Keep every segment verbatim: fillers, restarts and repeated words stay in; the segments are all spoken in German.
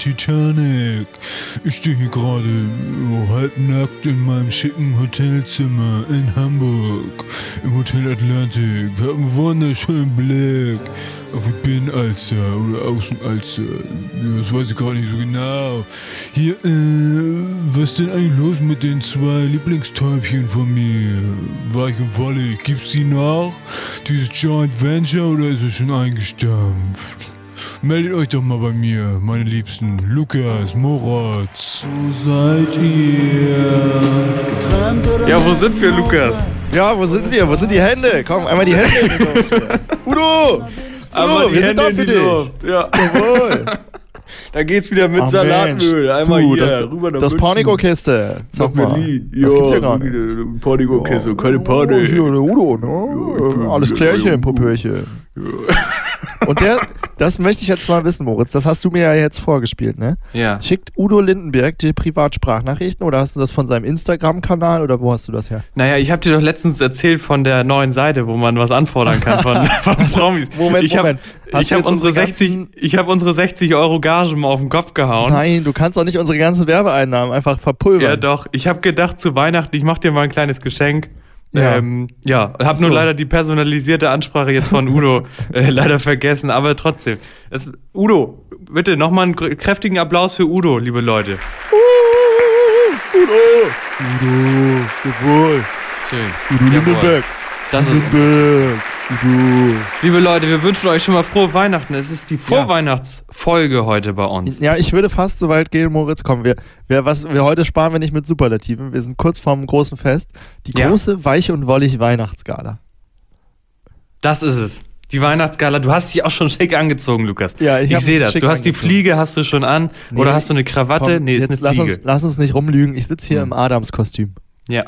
Titanic. Ich stehe hier gerade oh, halbnackt in meinem schicken Hotelzimmer in Hamburg. Im Hotel Atlantic. Hab einen wunderschönen Blick auf die Binnenalster oder Außenalster. Das weiß ich gerade nicht so genau. Hier, äh, was ist denn eigentlich los mit den zwei Lieblingstäubchen von mir? Weich und Wollig, gibt's die noch? Dieses Joint Venture oder ist es schon eingestampft? Meldet euch doch mal bei mir, meine Liebsten. Lukas, Moritz. Wo seid ihr? Ja, wo sind wir, Lukas? Ja, wo sind wir? Wo sind die Hände? Komm, einmal die Hände in die Luft. Udo! Udo, wir sind da für dich. Ja. Jawohl. Da geht's wieder mit Ach, Salatmüll. Einmal du, hier, das, rüber nach das München. Pornigo-Kiste. Nach Berlin. Das ja, gibt's ja gar nicht. Pornigo-Kiste, keine Oh, Party. hier, der Udo, ne? Ja, Alles klärchen, ja, Popöchen. Ja. Und der, das möchte ich jetzt mal wissen, Moritz, das hast du mir ja jetzt vorgespielt, ne? Ja. Schickt Udo Lindenberg dir Privatsprachnachrichten oder hast du das von seinem Instagram-Kanal oder wo hast du das her? Naja, ich habe dir doch letztens erzählt von der neuen Seite, wo man was anfordern kann von, von Promis. Moment, ich hab, Moment. Hast Ich du habe jetzt unsere, unsere 60 ganzen- ich hab unsere sechzig Euro Gage mal auf den Kopf gehauen. Nein, du kannst doch nicht unsere ganzen Werbeeinnahmen einfach verpulvern. Ja, doch. Ich habe gedacht, zu Weihnachten, ich mache dir mal ein kleines Geschenk. Ja. Ähm, ja, habe So. nur leider die personalisierte Ansprache jetzt von Udo äh, leider vergessen, aber trotzdem. Es, Udo, bitte nochmal einen gr- kräftigen Applaus für Udo, liebe Leute. Udo! Udo, jawohl. Schön. Udo Jawohl. Lindenberg. Das ist, Lindenberg. Udo. liebe Leute, wir wünschen euch schon mal frohe Weihnachten. Es ist die Vorweihnachtsfolge heute bei uns. Ja, ich würde fast so weit gehen, Moritz. Komm, wir, wir, was, wir heute sparen wir nicht mit Superlativen. Wir sind kurz vorm großen Fest. Die Ja. große, weiche und wollig Weihnachtsgala. Das ist es. Die Weihnachtsgala. Du hast dich auch schon schick angezogen, Lukas. Ja, ich ich hab sehe mich das. schick Du hast die angezogen. Fliege, hast du schon an? Nee, Oder hast du eine Krawatte? Komm, nee, ist jetzt eine lass Fliege. uns, lass uns nicht rumlügen. Ich sitze hier Hm. im Adams-Kostüm. Ja.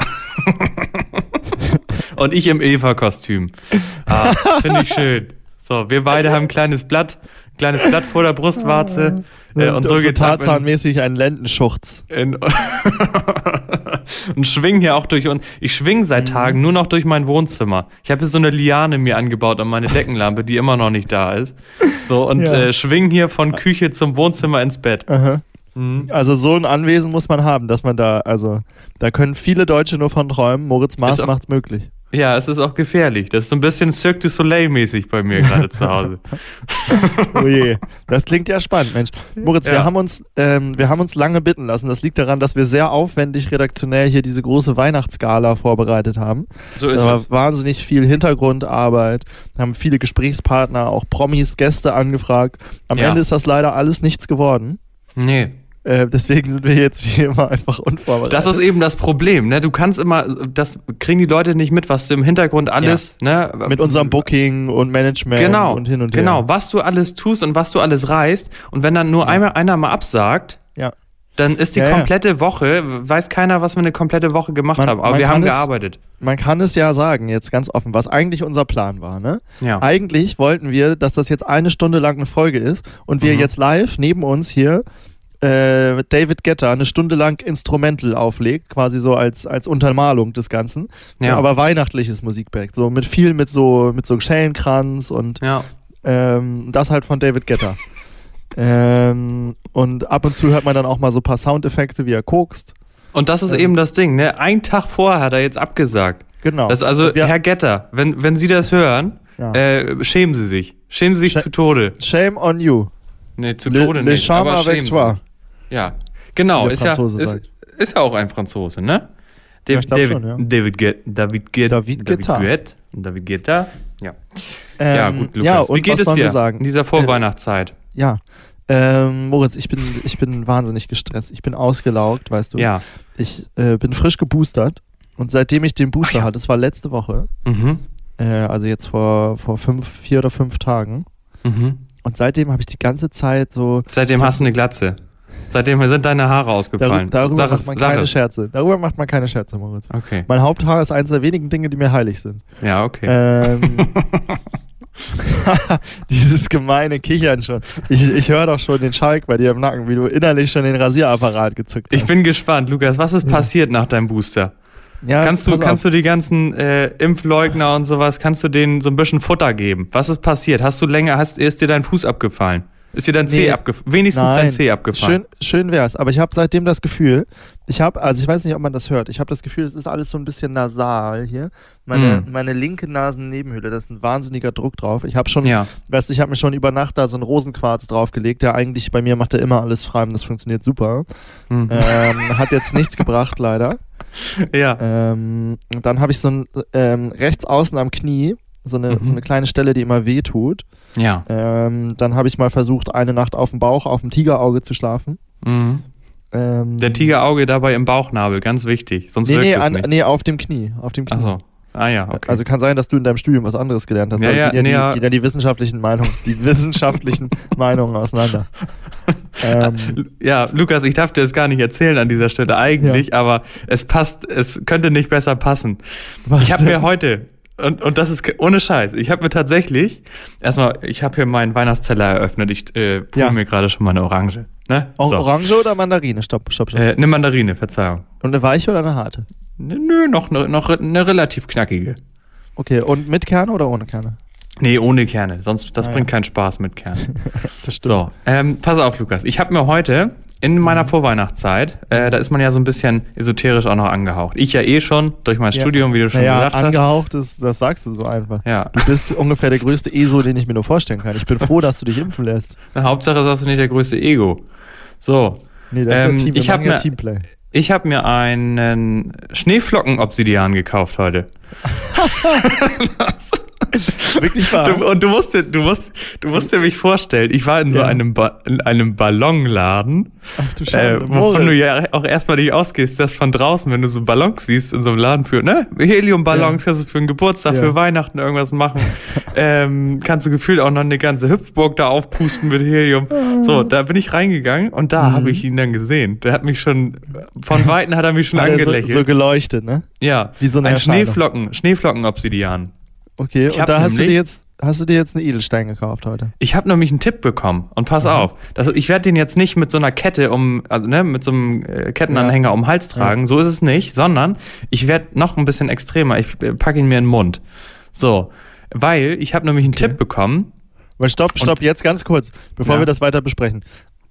Und ich im Eva-Kostüm. Ah, finde ich schön. So, wir beide haben ein kleines Blatt, kleines Blatt vor der Brustwarze. Äh, und so so geht's ab in- Tarzan-mäßig einen Lendenschurz. in, und schwingen hier auch durch. Und ich schwinge seit Tagen nur noch durch mein Wohnzimmer. Ich habe hier so eine Liane mir angebaut an meine Deckenlampe, die immer noch nicht da ist. So, und Ja. äh, schwing hier von Küche zum Wohnzimmer ins Bett. Aha. Mhm. Also so ein Anwesen muss man haben, dass man da, also da können viele Deutsche nur von träumen. Moritz Maas Ist auch- macht's möglich. Ja, es ist auch gefährlich. Das ist so ein bisschen Cirque du Soleil-mäßig bei mir gerade zu Hause. Oh je, das klingt ja spannend, Mensch. Moritz, Ja. wir haben uns, ähm, wir haben uns lange bitten lassen. Das liegt daran, dass wir sehr aufwendig redaktionell hier diese große Weihnachtsgala vorbereitet haben. So ist Da war es. wahnsinnig viel Hintergrundarbeit, haben viele Gesprächspartner, auch Promis, Gäste angefragt. Am Ja. Ende ist das leider alles nichts geworden. Nee. Äh, deswegen sind wir jetzt wie immer einfach unvorbereitet. Das ist eben das Problem, ne? Du kannst immer, das kriegen die Leute nicht mit, was du im Hintergrund alles, ne? mit unserem Booking und Management Genau, und hin und her. genau, was du alles tust und was du alles reißt. Und wenn dann nur einmal einer mal absagt, Ja. dann ist die Ja, ja. komplette Woche, weiß keiner, was wir eine komplette Woche gemacht Man- haben. Aber man wir kann haben es- gearbeitet. Man kann es ja sagen, jetzt ganz offen, was eigentlich unser Plan war, ne? Ja. Eigentlich wollten wir, dass das jetzt eine Stunde lang eine Folge ist und wir Mhm. jetzt live neben uns hier äh, mit David Guetta eine Stunde lang Instrumental auflegt, quasi so als, als Untermalung des Ganzen. Ja. Aber weihnachtliches Musikback, so mit viel mit so mit so Schellenkranz und Ja. ähm, das halt von David Guetta. ähm, und ab und zu hört man dann auch mal so ein paar Soundeffekte, wie er kokst. Und das ist Ähm. eben das Ding, ne? Ein Tag vorher hat er jetzt abgesagt. Genau. Das also, Und wir- Herr Getter, wenn, wenn Sie das hören, Ja. äh, schämen Sie sich. Schämen Sie sich Schä- zu Tode. Shame on you. Nee, zu Le, Tode le nicht. charme aber avec schämen Sie toi. sich. Ja, genau. Wie der Ist ja, Franzose ist, sagt. ist ja auch ein Franzose, ne? Ja, ich glaub David, schon, ja. David, Ge David, Ge David Guetta. David, David Guetta. Ja. Ähm, ja, gut, Lukas. Ja, und Wie geht was es sollen dir wir sagen? in dieser Vorweihnachtszeit? Ja. Ähm, Moritz, ich bin, ich bin wahnsinnig gestresst. Ich bin ausgelaugt, weißt du. Ja. Ich äh, bin frisch geboostert. Und seitdem ich den Booster Ach ja. hatte, das war letzte Woche, Mhm. äh, also jetzt vor, vor fünf, vier oder fünf Tagen. Mhm. Und seitdem habe ich die ganze Zeit so. Seitdem hast du eine Glatze. Seitdem sind deine Haare Dar ausgefallen. darüber Sag macht es, man sag keine es. Scherze. Darüber macht man keine Scherze, Moritz. Okay. Mein Haupthaar ist eines der wenigen Dinge, die mir heilig sind. Ja, okay. Ähm, dieses gemeine Kichern schon. Ich, ich höre doch schon den Schalk bei dir im Nacken, wie du innerlich schon den Rasierapparat gezückt hast. Ich bin gespannt, Lukas. Was ist Ja. passiert nach deinem Booster? ja, kannst du, pass kannst auf. du die ganzen äh, Impfleugner und sowas, kannst du denen so ein bisschen Futter geben? Was ist passiert? Hast du länger, hast, ist dir dein Fuß abgefallen? Ist dir dein Zeh Nee. abgefallen? Wenigstens Nein. dein Zeh abgefallen. Schön, schön wär's, aber ich habe seitdem das Gefühl, ich habe, also ich weiß nicht, ob man das hört, ich habe das Gefühl, es ist alles so ein bisschen nasal hier. Meine, Mm. meine linke Nasennebenhöhle, da ist ein wahnsinniger Druck drauf. Ich habe schon, Ja. weißt du, ich habe mir schon über Nacht da so einen Rosenquarz draufgelegt, der eigentlich bei mir macht er immer alles frei und das funktioniert super. Hm. Ähm, hat jetzt nichts gebracht, leider. Ja. Ähm, und dann habe ich so ein, ähm, rechts außen am Knie, so eine, Mhm. so eine kleine Stelle, die immer weh tut. Ja. Ähm, dann habe ich mal versucht, eine Nacht auf dem Bauch, auf dem Tigerauge zu schlafen. Mhm. Ähm, Der Tigerauge dabei im Bauchnabel, ganz wichtig. Sonst Nee, wirkt nee, es an, nicht. nee, auf dem Knie. Auf dem Knie. Achso. Ah ja, okay. Also kann sein, dass du in deinem Studium was anderes gelernt hast. Ja, Da ja, gehen nee, ja, ja. die, gehen ja die wissenschaftlichen Meinungen, die wissenschaftlichen Meinungen auseinander. Ähm, Ja, Lukas, ich darf dir das gar nicht erzählen an dieser Stelle eigentlich, aber es passt, es könnte nicht besser passen. was Ich habe denn? mir heute, und, und das ist ke- ohne Scheiß, ich habe mir tatsächlich, erstmal, ich habe hier meinen Weihnachtszeller eröffnet, ich äh, pule Ja. mir gerade schon mal eine Orange. Ne? Auch So. Orange oder Mandarine? Stopp, stopp, stopp. Äh, eine Mandarine, Verzeihung. Und eine weiche oder eine harte? N- Nö, noch, ne- noch eine relativ knackige. Okay, und mit Kerne oder ohne Kerne? Nee, ohne Kerne, sonst, das Ah, bringt ja. keinen Spaß mit Kernen. Das stimmt. So, ähm, pass auf, Lukas. Ich habe mir heute in meiner Vorweihnachtszeit, äh, da ist man ja so ein bisschen esoterisch auch noch angehaucht. Ich ja eh schon, durch mein Ja. Studium, wie du schon Naja, gesagt hast. angehaucht ist, das sagst du so einfach. Ja, Du bist ungefähr der größte E S O, den ich mir nur vorstellen kann. Ich bin froh, dass du dich impfen lässt. Hauptsache ist, hast du nicht der größte Ego. So, Nee, das Ähm, ist ja Team, wir ich hab machen ja mir- Teamplay. ich habe mir einen Schneeflocken-Obsidian gekauft heute. Wirklich wahr? Du, und du musst, dir, du, musst, du musst dir mich vorstellen, ich war in so Ja. einem, ba in einem Ballonladen, Ach du äh, Scheiße, wovon du ja auch erstmal nicht ausgehst, dass von draußen, wenn du so Ballons siehst in so einem Laden für, ne, Heliumballons, Ja. kannst du für einen Geburtstag, Ja. für Weihnachten irgendwas machen, ähm, kannst du gefühlt auch noch eine ganze Hüpfburg da aufpusten mit Helium. So, da bin ich reingegangen und da Mhm. habe ich ihn dann gesehen. Der hat mich schon, von Weitem hat er mich schon Hat er so, angelächelt. so geleuchtet, ne? Ja, wie so eine ein Erscheinung. Schneeflocken, Schneeflocken-Obsidian. Okay, Ich und hab da hast du, dir nämlich- jetzt, hast du dir jetzt einen Edelstein gekauft heute? Ich habe nämlich einen Tipp bekommen und pass Mhm. auf, das, ich werde den jetzt nicht mit so einer Kette um, also ne, mit so einem äh, Kettenanhänger Ja. um den Hals tragen, so ist es nicht, sondern ich werde noch ein bisschen extremer, ich äh, packe ihn mir in den Mund. So, weil ich habe nämlich einen Okay. Tipp bekommen. Weil stopp, stopp, jetzt ganz kurz, bevor Ja. wir das weiter besprechen.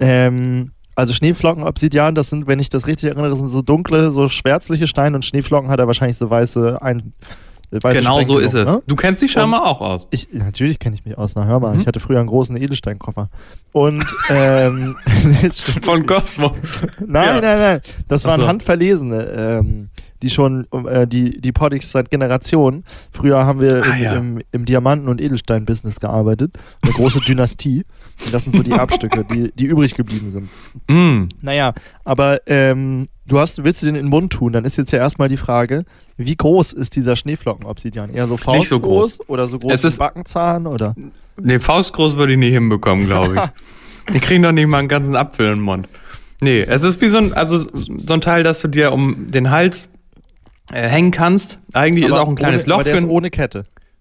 Ähm, also Schneeflocken, Obsidian, das sind, wenn ich das richtig erinnere, das sind so dunkle, so schwärzliche Steine und Schneeflocken hat er wahrscheinlich so weiße ein äh, weiße Genau so ist es. Ne? Du kennst dich scheinbar auch aus. Ich, natürlich kenne ich mich aus, na hör mal, Mhm. ich hatte früher einen großen Edelsteinkoffer. Und, ähm, das stimmt Von wirklich. Cosmo. Nein, Ja. nein, nein, das Ach waren so. handverlesene, ähm, die schon, äh, die, die Poddix seit Generationen. Früher haben wir Ah, im, ja. im, im Diamanten- und Edelstein-Business gearbeitet. Eine große Dynastie. Und das sind so die Abstücke, die, die übrig geblieben sind. Mm. Naja, aber ähm, du hast, willst du den in den Mund tun? Dann ist jetzt ja erstmal die Frage, wie groß ist dieser Schneeflocken-Obsidian? Eher so faustgroß Nicht so groß. oder so groß Es wie ist- ein Backenzahn? Oder? Nee, faustgroß würde ich nicht hinbekommen, glaube ich. Ich kriege noch nicht mal einen ganzen Apfel in den Mund. Nee, es ist wie so ein, also so ein Teil, dass du dir um den Hals äh, hängen kannst. Eigentlich ist Aber auch ein kleines ohne, Loch aber der für ist ein, ohne Kette.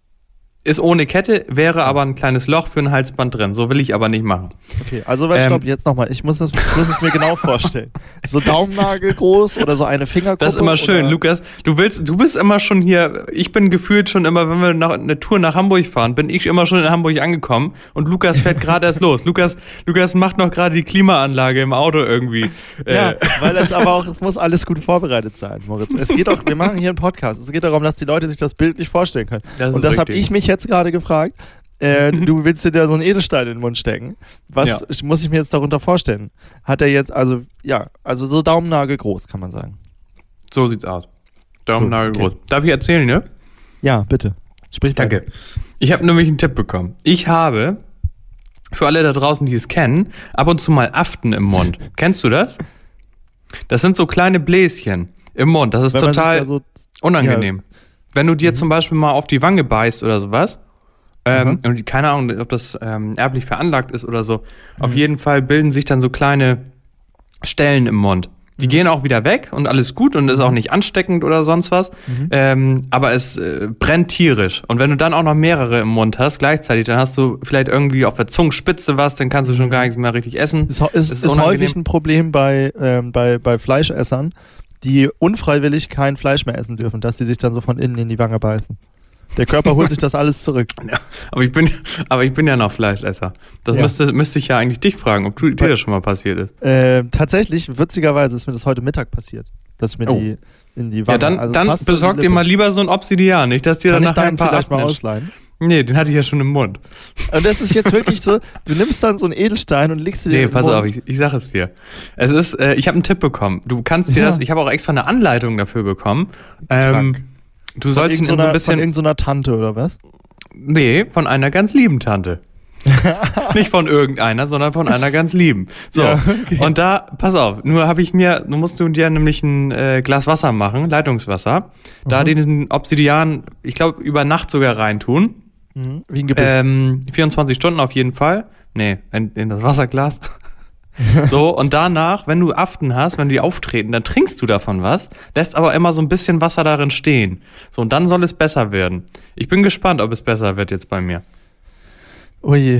ist ohne Kette, wäre aber ein kleines Loch für ein Halsband drin. So will ich aber nicht machen. Okay, also warte, Ähm, stopp, jetzt nochmal. Ich muss, das, ich muss es mir genau vorstellen. So Daumennagel groß oder so eine Fingerkuppe? Das ist immer schön, oder? Lukas. Du willst, du bist immer schon hier. Ich bin gefühlt schon immer, wenn wir nach, eine Tour nach Hamburg fahren, bin ich immer schon in Hamburg angekommen und Lukas fährt gerade erst los. Lukas, Lukas macht noch gerade die Klimaanlage im Auto irgendwie. Ja, Äh, weil es aber auch, es muss alles gut vorbereitet sein, Moritz. Es geht auch, wir machen hier einen Podcast. Es geht darum, dass die Leute sich das bildlich vorstellen können. Das ist Und das habe richtig. ich mich jetzt gerade gefragt. Äh, du willst dir da so einen Edelstein in den Mund stecken. Was Ja. muss ich mir jetzt darunter vorstellen? Hat er jetzt, also, ja, also so Daumennagel groß, kann man sagen. so sieht's aus. Daumennagel So, okay. groß. Darf ich erzählen, ne? Ja, bitte. Sprich weiter. Danke. Ich habe nämlich einen Tipp bekommen. Ich habe, für alle da draußen, die es kennen, ab und zu mal Aften im Mund. Kennst du das? Das sind so kleine Bläschen im Mund. Das ist Wenn man sich total da so, unangenehm. Wenn du dir Mhm. zum Beispiel mal auf die Wange beißt oder sowas, ähm, Mhm. und keine Ahnung, ob das ähm, erblich veranlagt ist oder so, auf Mhm. jeden Fall bilden sich dann so kleine Stellen im Mund. Die Mhm. gehen auch wieder weg und alles gut und ist auch nicht ansteckend oder sonst was. Mhm. Ähm, aber es äh, brennt tierisch. Und wenn du dann auch noch mehrere im Mund hast, gleichzeitig, dann hast du vielleicht irgendwie auf der Zungenspitze was, dann kannst du schon gar nichts mehr richtig essen. Ist, ist, ist ist unangenehm. häufig ein Problem bei, ähm, bei, bei Fleischessern, die unfreiwillig kein Fleisch mehr essen dürfen, dass sie sich dann so von innen in die Wange beißen. Der Körper holt sich das alles zurück. Ja, aber, ich bin, aber ich bin ja noch Fleischesser. Das Ja. müsste, müsste ich ja eigentlich dich fragen, ob du, dir das schon mal passiert ist. Äh, tatsächlich, witzigerweise ist mir das heute Mittag passiert, dass mir Oh. die in die Wange, Ja, dann, also dann fast so in die besorg dir Lippe. mal lieber so ein Obsidian, nicht, dass dir Kann dann ich nachher ein deinen paar vielleicht mal abnimmt. ausleihen? Nee, den hatte ich ja schon im Mund. Und das ist jetzt wirklich so, du nimmst dann so einen Edelstein und legst dir den Nee, in den pass Mund. auf, ich, ich sag es dir. Es ist, äh, ich habe einen Tipp bekommen. Du kannst dir Ja. das, ich habe auch extra eine Anleitung dafür bekommen. Krank. Ähm, du Von sollst ihn in so irgendeiner- ein Von bisschen, irgendeiner Tante oder was? nee, von einer ganz lieben Tante. Nicht von irgendeiner, sondern von einer ganz lieben. So, Ja, okay. und da, pass auf, nur habe ich mir, nur musst du dir nämlich ein äh, Glas Wasser machen, Leitungswasser, da Mhm. diesen Obsidian, ich glaube, über Nacht sogar reintun. Mhm. Wie ein Gebiss. Ähm, vierundzwanzig Stunden auf jeden Fall. Nee, in, in das Wasserglas. So, und danach, wenn du Aften hast, wenn die auftreten, dann trinkst du davon was, lässt aber immer so ein bisschen Wasser darin stehen. So, und dann soll es besser werden. Ich bin gespannt, ob es besser wird jetzt bei mir. Oh je.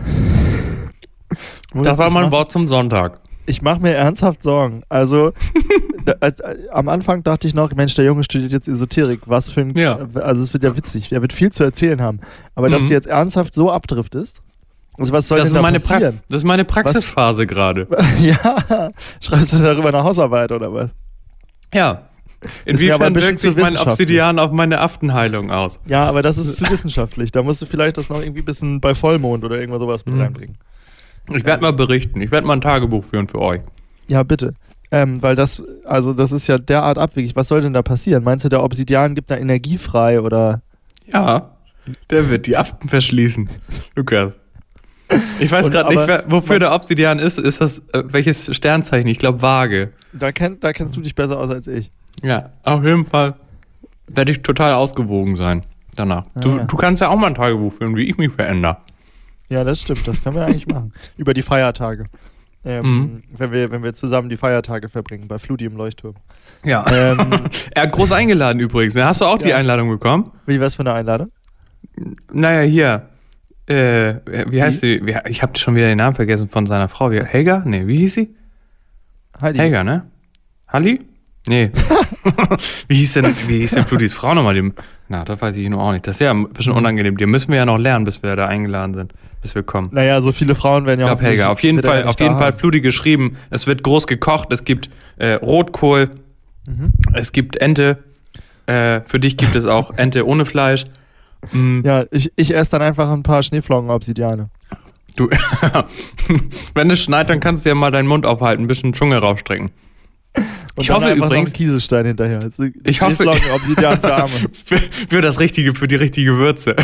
Das war Ich mein mach- Wort zum Sonntag. Ich mache mir ernsthaft Sorgen. Also, da, als, äh, am Anfang dachte ich noch, Mensch, der Junge studiert jetzt Esoterik. Was für ein. Ja. Also, es wird ja witzig. Der wird viel zu erzählen haben. Aber dass Mhm. du jetzt ernsthaft so abdriftest. Also, was soll Das ist, denn da meine Pra passieren? das ist meine Praxisphase gerade. Ja, schreibst du darüber eine Hausarbeit oder was? Ja. Ist mir aber ein Inwiefern bisschen wirkt zu sich mein wissenschaftlich. Obsidian auf meine Aftenheilung aus? Ja, aber das ist zu wissenschaftlich. Da musst du vielleicht das noch irgendwie ein bisschen bei Vollmond oder irgendwas sowas mit Mhm. reinbringen. Ich werde mal berichten. Ich werde mal ein Tagebuch führen für euch. Ja, bitte. Ähm, weil das, also das ist ja derart abwegig. Was soll denn da passieren? Meinst du, der Obsidian gibt da Energie frei oder? Ja, der wird die Aften verschließen. Lukas. Ich weiß Und gerade nicht, aber wer, wofür man- der Obsidian ist. Ist das, äh, welches Sternzeichen? Ich glaube, Waage. Da, kenn, da kennst du dich besser aus als ich. Ja, auf jeden Fall werde ich total ausgewogen sein danach. Du, Ah, ja. du kannst ja auch mal ein Tagebuch führen, wie ich mich verändere. Ja, das stimmt. Das können wir eigentlich machen. Über die Feiertage. Ähm, Mhm. wenn, wir, wenn wir zusammen die Feiertage verbringen, bei Fludi im Leuchtturm. Ja. Ähm, Er hat groß eingeladen übrigens. Hast du auch die Ja. Einladung bekommen? wie wär's für eine Einladung? Naja, hier. Äh, wie heißt sie? Wie, ich habe schon wieder den Namen vergessen von seiner Frau. Wie, Helga? Nee, wie hieß sie? Heidi. Helga, ne? Halli? Nee. wie hieß denn, wie hieß denn Fludis Frau nochmal? Dem, na, das weiß ich nur auch nicht. Das ist ja ein bisschen unangenehm. Die müssen wir ja noch lernen, bis wir da eingeladen sind, bis wir kommen. Naja, so viele Frauen werden ja Ich glaube, Helga. Auf jeden wird er Fall, ja nicht auf jeden da Fall haben. Fludi geschrieben. Es wird groß gekocht. Es gibt äh, Rotkohl. Mhm. Es gibt Ente. Äh, für dich gibt es auch Ente ohne Fleisch. Mm, Ja, ich, ich esse dann einfach ein paar Schneeflocken-Obsidiane. Du, wenn es schneit, dann kannst du ja mal deinen Mund aufhalten, ein bisschen Zunge rausstrecken. Und Ich dann hoffe einfach noch übrigens- einen Kieselstein hinterher. Also Ich hoffe- Schneeflocken, Obsidian für Arme. Für, für das richtige, für die richtige Würze.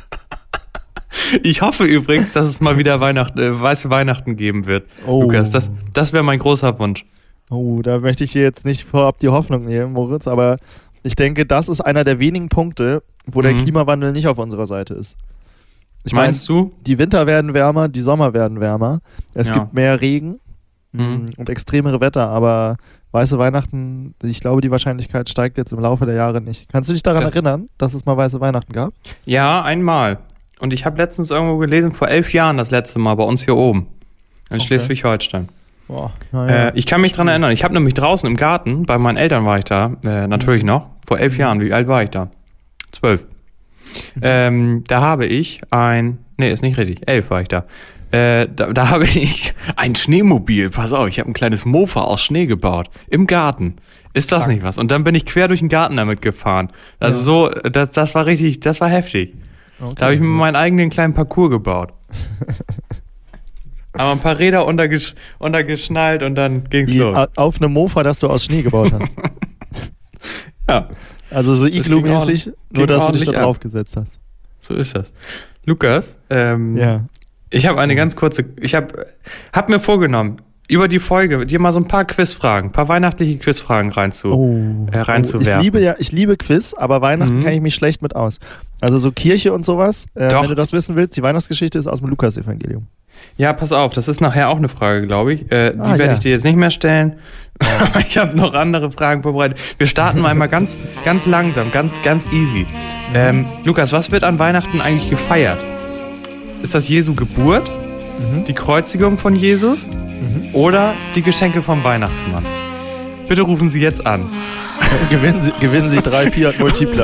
Ich hoffe übrigens, dass es mal wieder Weihnacht, äh, weiße Weihnachten geben wird. Oh. Lukas, das, das wäre mein großer Wunsch. Oh, da möchte ich dir jetzt nicht vorab die Hoffnung nehmen, Moritz, aber ich denke, das ist einer der wenigen Punkte, wo der Mhm. Klimawandel nicht auf unserer Seite ist. Ich meine, Meinst du? die Winter werden wärmer, die Sommer werden wärmer, es Ja. gibt mehr Regen Mhm. mh, und extremere Wetter, aber weiße Weihnachten, ich glaube, die Wahrscheinlichkeit steigt jetzt im Laufe der Jahre nicht. Kannst du dich daran Das- erinnern, dass es mal weiße Weihnachten gab? Ja, einmal. Und ich habe letztens irgendwo gelesen, vor elf Jahren das letzte Mal bei uns hier oben. In Okay. Schleswig-Holstein. Boah, naja. Äh, ich kann mich dran erinnern. Ich habe nämlich draußen im Garten, bei meinen Eltern war ich da, äh, natürlich Mhm. noch, vor elf Jahren. Wie alt war ich da? Zwölf. Ähm, da habe ich ein, nee, ist nicht richtig, elf war ich da. Äh, da, da habe ich ein Schneemobil, pass auf, ich habe ein kleines Mofa aus Schnee gebaut, im Garten. Ist das Krank. nicht was? Und dann bin ich quer durch den Garten damit gefahren. Also Ja. so, das, das war richtig, das war heftig. Okay. Da habe ich mir meinen eigenen kleinen Parcours gebaut. Aber ein paar Räder untergesch untergeschnallt und dann ging's Die, los. a- auf einem Mofa, das du aus Schnee gebaut hast. Ja, Also so Das ging Iglu-mäßig, ordentlich- nur ging dass du dich da ordentlich ab. drauf gesetzt hast. so ist das. Lukas, ähm, Ja. ich habe eine ganz kurze, ich habe hab mir vorgenommen, über die Folge dir mal so ein paar Quizfragen, ein paar weihnachtliche Quizfragen reinzu. Oh. äh, reinzuwerfen. Ich liebe ja, ich liebe Quiz, aber Weihnachten Mhm. kenne ich mich schlecht mit aus. Also so Kirche und sowas, äh, Doch. wenn du das wissen willst, die Weihnachtsgeschichte ist aus dem Lukas-Evangelium. Ja, pass auf, das ist nachher auch eine Frage, glaube ich. Äh, die Ah, werde ja. ich dir jetzt nicht mehr stellen. Ich habe noch andere Fragen vorbereitet. Wir starten mal einmal ganz, ganz langsam, ganz, ganz easy. Ähm, Lukas, was wird an Weihnachten eigentlich gefeiert? Ist das Jesu Geburt, Mhm. die Kreuzigung von Jesus Mhm. oder die Geschenke vom Weihnachtsmann? Bitte rufen Sie jetzt an. gewinnen, Sie, gewinnen Sie drei Fiat Multipla.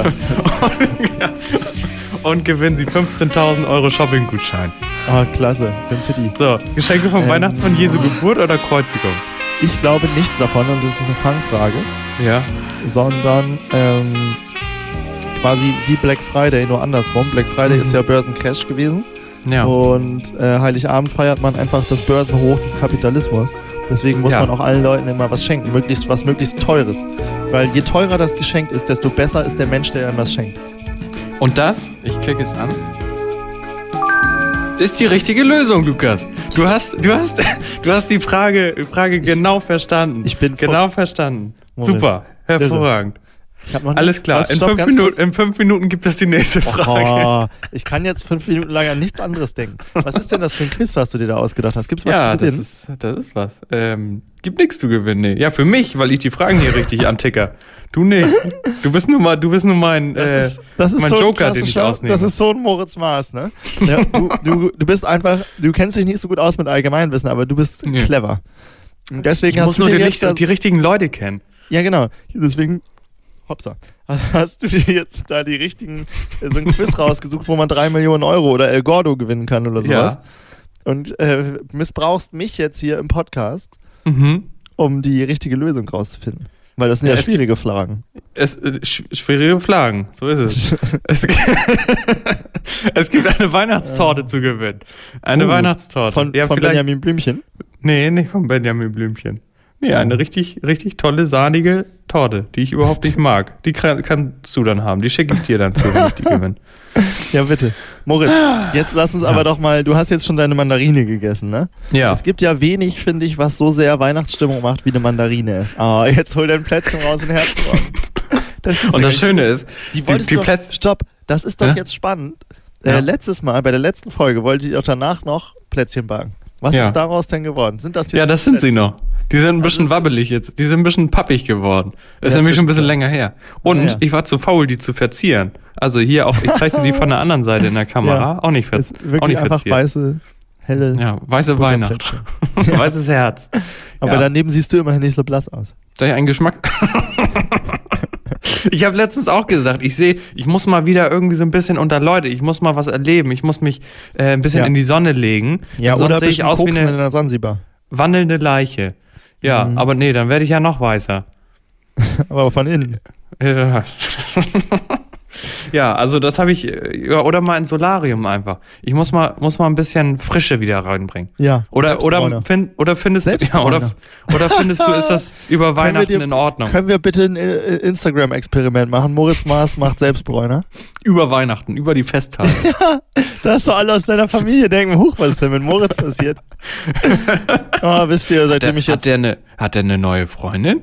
Und gewinnen Sie fünfzehntausend Euro Shopping-Gutschein. Ah, klasse. Fin City. So, Geschenke vom Ähm, Weihnachtsmann, Jesu Geburt oder Kreuzigung? Ich glaube nichts davon und das ist eine Fangfrage, Ja. sondern ähm, quasi wie Black Friday, nur andersrum. Black Friday Mhm. ist ja Börsencrash gewesen Ja. und äh, Heiligabend feiert man einfach das Börsenhoch des Kapitalismus. Deswegen muss Ja. man auch allen Leuten immer was schenken, möglichst was möglichst Teures. Weil je teurer das Geschenk ist, desto besser ist der Mensch, der einem was schenkt. Und das, ich klicke es an, ist die richtige Lösung, Lukas. Du hast, du hast, du hast die Frage, Frage genau verstanden. Ich bin genau Fuchs. verstanden. Moritz. Super, hervorragend. Ich hab noch nicht- Alles klar. Was, In stopp, fünf, ganz Minuten, kurz. in fünf Minuten gibt es die nächste Frage. Oh, ich kann jetzt fünf Minuten lang an nichts anderes denken. Was ist denn das für ein Quiz, was du dir da ausgedacht hast? Gibt's was Ja, zu das gewinnen? ist, das ist was. Ähm, gibt nichts zu gewinnen. Nee. Ja, für mich, weil ich die Fragen hier richtig anticker. Du nicht. Du bist nur mal, du bist nur mein, Das äh, ist, das ist mein so ein Joker, den ich klassischer- ausnehme. Das ist so ein Moritz Maas, ne? Ja, du, du, du bist einfach, du kennst dich nicht so gut aus mit Allgemeinwissen, aber du bist Nee. clever. Und deswegen ich hast muss du nur dir die, jetzt richt- das, die richtigen Leute kennen. ja genau, deswegen hopsa, hast du dir jetzt da die richtigen, äh, so ein Quiz rausgesucht, wo man drei Millionen Euro oder El Gordo gewinnen kann oder sowas. Ja. Und äh, missbrauchst mich jetzt hier im Podcast, Mhm. um die richtige Lösung rauszufinden. Weil das sind Ja, ja, es schwierige Fragen. Es, äh, sch schwierige Fragen, so ist es. es, g- es gibt eine Weihnachtstorte zu gewinnen. Eine Uh, Weihnachtstorte. Von, ja, von vielleicht- Benjamin Blümchen. Nee, nicht von Benjamin Blümchen. Nee, eine richtig, richtig tolle, sahnige Torte, die ich überhaupt nicht mag. Die kann, kannst du dann haben. Die schicke ich dir dann zu, wenn ich die gewinne. Ja, bitte. Moritz, jetzt lass uns aber doch mal, du hast jetzt schon deine Mandarine gegessen, ne? Ja. Es gibt ja wenig, finde ich, was so sehr Weihnachtsstimmung macht, wie eine Mandarine ist. Ah, jetzt hol dein Plätzchen raus und Herz drauf. Das gibt's Und ja das gar nicht. Schöne ist, die die, wolltest die du doch, Plätze. stopp, das ist doch Ja? jetzt spannend. Ja. Äh, letztes Mal, bei der letzten Folge, wolltet ihr doch danach noch Plätzchen backen. Was Ja. ist daraus denn geworden? Sind das Ja, das sind sie Plätzchen? noch. Die sind ein bisschen ist- wabbelig jetzt. Die sind ein bisschen pappig geworden. Ist Ja, nämlich schon ein bisschen Zwischenzeit. länger her. Und Ja, ja. ich war zu faul, die zu verzieren. Also hier auch, ich zeigte die von der anderen Seite in der Kamera. Ja. Auch nicht, ver Ist auch wirklich nicht einfach verziert. weiße, helle Ja, weiße Weihnacht. Butterplätzchen. Weißes Herz. Aber Ja. daneben siehst du immerhin nicht so blass aus. Soll ich einen Geschmack? Ich habe letztens auch gesagt, ich sehe, ich muss mal wieder irgendwie so ein bisschen unter Leute, ich muss mal was erleben, ich muss mich äh, ein bisschen Ja. in die Sonne legen. Ja, Sonst oder ein sehe ich bisschen aus wie koksen in eine der Sansibar. wandelnde Leiche. Ja, Mhm. aber nee, dann werde ich ja noch weißer. Aber von innen. Ja. Ja, also das habe ich, äh, ja, oder mal ein Solarium einfach. Ich muss mal, muss mal ein bisschen Frische wieder reinbringen. Ja. Oder, oder, Selbstbräuner. find, oder findest du, ja, Selbstbräuner. oder, oder findest du, ist das über Können wir Weihnachten dir- in Ordnung? Können wir bitte ein äh, Instagram-Experiment machen? Moritz Maas macht Selbstbräuner. Über Weihnachten, über die Festtage. Dass so alle aus deiner Familie denken, huch, was ist denn mit Moritz passiert? Oh, wisst ihr, Hat seitdem der, ich hat, jetzt... der eine, hat der eine neue Freundin?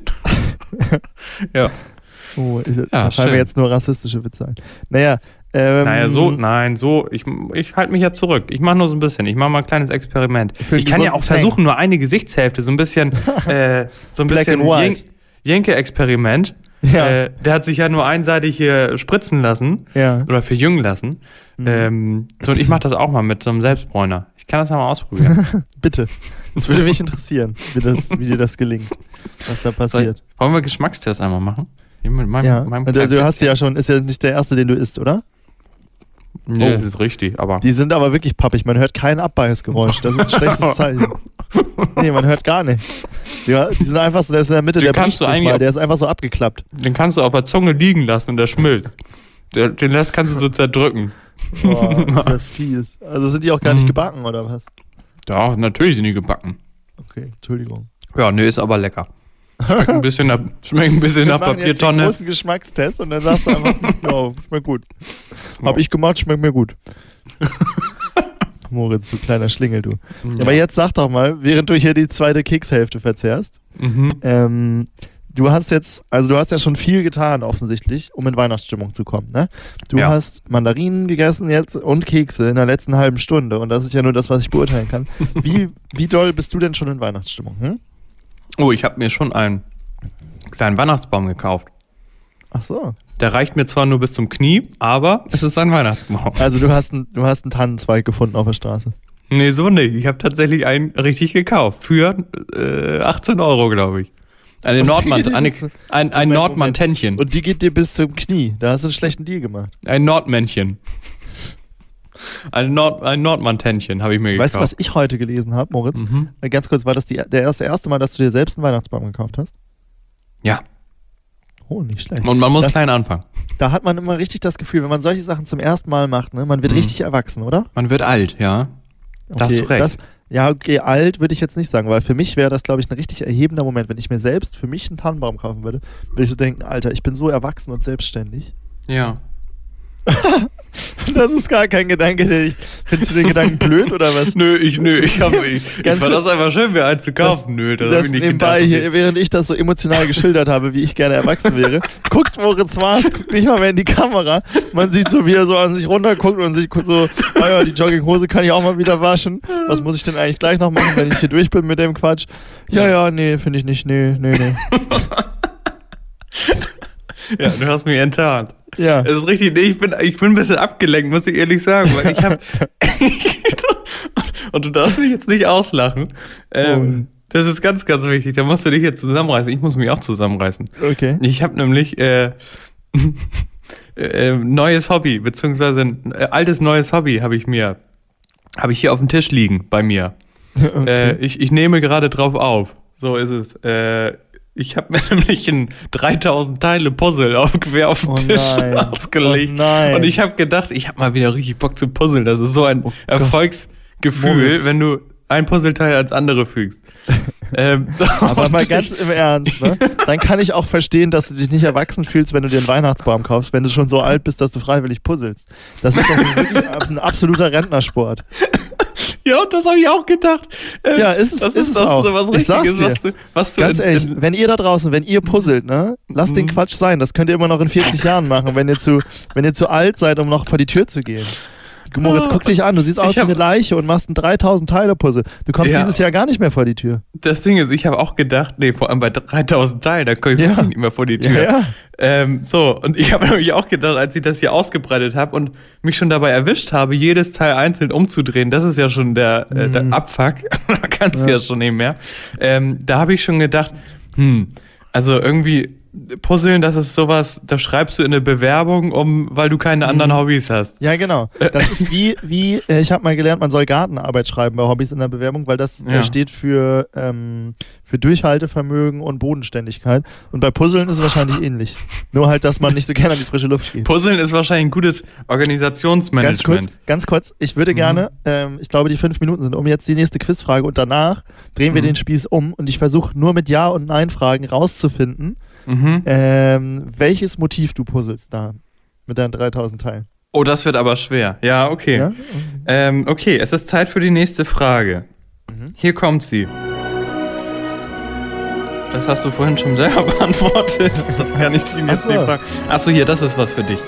Ja. Oh, ich, da fallen schön. mir jetzt nur rassistische Witze ein. Naja, ähm, Naja, so, nein, so, ich, ich halte mich ja zurück. Ich mache nur so ein bisschen. Ich mache mal ein kleines Experiment. Für Ich kann ja gesunden auch versuchen, nur eine Gesichtshälfte, so ein bisschen, äh, so ein Black bisschen and white. Jenke-Experiment. Ja. Äh, der hat sich ja nur einseitig hier spritzen lassen Ja. oder verjüngen lassen. Mhm. Ähm, so, und ich mache das auch mal mit so einem Selbstbräuner. Ich kann das ja mal ausprobieren. Bitte. Das würde mich interessieren, wie, das, wie dir das gelingt, was da Soll passiert. ich, wollen wir Geschmackstest einmal machen? Hier mit meinem, Ja, meinem du, kleinen du hast Plätzchen. ja schon, ist ja nicht der erste, den du isst, oder? Nee, Oh. das ist richtig, aber. Die sind aber wirklich pappig, man hört kein Abbeißgeräusch, das ist ein schlechtes Zeichen. Nee, man hört gar nicht. Ja, die sind einfach so, der ist in der Mitte, Den der kannst bricht du nicht eigentlich mal, auch- der ist einfach so abgeklappt. Den kannst du auf der Zunge liegen lassen und der schmilzt. Der, den Rest kannst du so zerdrücken. Boah, ist das fies. Also sind die auch gar nicht Mhm. gebacken, oder was? Ja, natürlich sind die gebacken. Okay, Entschuldigung. Ja, nee, ist aber lecker. Schmeckt ein bisschen nach, schmeckt ein bisschen Wir nach machen jetzt den Papiertonne. großen Geschmackstest und dann sagst du einfach, ja, schmeckt gut. Hab ich gemacht, schmeckt mir gut. Moritz, du kleiner Schlingel, du. Ja. Aber jetzt sag doch mal, während du hier die zweite Kekshälfte verzehrst, Mhm. ähm, du hast jetzt, also du hast ja schon viel getan offensichtlich, um in Weihnachtsstimmung zu kommen, ne? Du Ja. hast Mandarinen gegessen jetzt und Kekse in der letzten halben Stunde und das ist ja nur das, was ich beurteilen kann. Wie, wie doll bist du denn schon in Weihnachtsstimmung? Hm? Oh, ich habe mir schon einen kleinen Weihnachtsbaum gekauft. Ach so. Der reicht mir zwar nur bis zum Knie, aber es ist ein Weihnachtsbaum. Also du hast, ein, du hast einen Tannenzweig gefunden auf der Straße. Nee, so nicht. Ich habe tatsächlich einen richtig gekauft. Für äh, achtzehn Euro, glaube ich. Eine Und die Nordmann, geht dir eine, bis zu- ein, ein Moment, Nordmann-Tännchen. Und die geht dir bis zum Knie. Da hast du einen schlechten Deal gemacht. Ein Nordmännchen. Ein, Nord, ein Nordmann-Tännchen habe ich mir gekauft. Weißt du, was ich heute gelesen habe, Moritz? Mhm. Äh, Ganz kurz, war das die, der erste, erste Mal, dass du dir selbst einen Weihnachtsbaum gekauft hast? Ja. Oh, nicht schlecht. Und man muss Das- klein anfangen. Da hat man immer richtig das Gefühl, wenn man solche Sachen zum ersten Mal macht, ne, man wird Mhm. richtig erwachsen, oder? Man wird alt, ja. Da hast du recht. Das, ja, okay, alt würde ich jetzt nicht sagen, weil für mich wäre das, glaube ich, ein richtig erhebender Moment, wenn ich mir selbst für mich einen Tannenbaum kaufen würde, würde ich so denken, Alter, ich bin so erwachsen und selbstständig. Ja. Das ist gar kein Gedanke, den ich. Findest du den Gedanken blöd oder was? Nö, ich, nö, ich, hab, ich, ich Ganz fand kurz- das einfach schön, mir einen zu kaufen. nö, das, Das hab ich nicht nebenbei gedacht. hier, während ich das so emotional geschildert habe, wie ich gerne erwachsen wäre. Guckt Moritz Maas, guckt nicht mal mehr in die Kamera. Man sieht so, wie er so an sich runterguckt und sich so, oh ja, die Jogginghose kann ich auch mal wieder waschen. Was muss ich denn eigentlich gleich noch machen, wenn ich hier durch bin mit dem Quatsch? Ja, ja, nee, finde ich nicht, nee, nee, nee. Ja, du hast mich enttarnt. Ja. Es ist richtig, nee, ich bin, ich bin ein bisschen abgelenkt, muss ich ehrlich sagen, weil ich habe und du darfst mich jetzt nicht auslachen. Ähm, das ist ganz, ganz wichtig. Da musst du dich jetzt zusammenreißen. Ich muss mich auch zusammenreißen. Okay. Ich habe nämlich äh, äh, neues Hobby, beziehungsweise ein äh, altes neues Hobby habe ich mir, habe ich hier auf dem Tisch liegen bei mir. Okay. Äh, ich, ich nehme gerade drauf auf. So ist es. Äh, ich habe mir nämlich ein dreitausend Teile Puzzle auf, quer auf den Oh Tisch nein. ausgelegt. Oh nein. Und ich habe gedacht, ich habe mal wieder richtig Bock zu puzzeln. Das ist so ein Oh Gott. Erfolgsgefühl, Moritz. wenn du ein Puzzleteil als andere fügst. ähm, so, Aber mal und ganz im Ernst, ne? Dann kann ich auch verstehen, dass du dich nicht erwachsen fühlst, wenn du dir einen Weihnachtsbaum kaufst, wenn du schon so alt bist, dass du freiwillig puzzelst. Das ist doch wirklich ein absoluter Rentnersport. Ja, und das habe ich auch gedacht. Ähm, Ja, ist es, das ist es das auch. Ist was Ich sag's Richtiges, dir. was du, was du Ganz in, ehrlich, in, wenn ihr da draußen, wenn ihr puzzelt, ne, lasst den Mhm. Quatsch sein. Das könnt ihr immer noch in vierzig Jahren machen, wenn ihr zu, wenn ihr zu alt seid, um noch vor die Tür zu gehen. Moritz, guck dich an, du siehst aus Ich wie hab- eine Leiche und machst ein dreitausend Teile Puzzle. Du kommst Ja. dieses Jahr gar nicht mehr vor die Tür. Das Ding ist, ich habe auch gedacht, nee, vor allem bei dreitausend Teilen, da komme ich Ja. wirklich nicht mehr vor die Tür. Ja, ja. Ähm, so, und ich habe nämlich auch gedacht, als ich das hier ausgebreitet habe und mich schon dabei erwischt habe, jedes Teil einzeln umzudrehen, das ist ja schon der, äh, der Mhm. Abfuck, da kannst du Ja. ja schon nicht mehr. Ähm, da habe ich schon gedacht, hm, also irgendwie Puzzeln, das ist sowas, da schreibst du in eine Bewerbung, um, weil du keine anderen Mhm. Hobbys hast. Ja, genau. Das ist wie, wie äh, ich habe mal gelernt, man soll Gartenarbeit schreiben bei Hobbys in der Bewerbung, weil das Ja. äh, steht für, ähm, für Durchhaltevermögen und Bodenständigkeit. Und bei Puzzeln ist es wahrscheinlich ähnlich. Nur halt, dass man nicht so gerne an die frische Luft geht. Puzzeln ist wahrscheinlich ein gutes Organisationsmanagement. Ganz kurz, ganz kurz, ich würde Mhm. gerne, ähm, ich glaube, die fünf Minuten sind um jetzt die nächste Quizfrage und danach drehen wir Mhm. den Spieß um und ich versuche nur mit Ja- und Nein-Fragen rauszufinden, Mhm. ähm, welches Motiv du puzzelst da mit deinen dreitausend Teilen. Oh, das wird aber schwer. Ja, okay. Ja? Ähm, okay, es ist Zeit für die nächste Frage. Mhm. Hier kommt sie. Das hast du vorhin schon selber beantwortet. Das kann ich dir jetzt Ach so. nicht fragen. Achso, hier, das ist was für dich.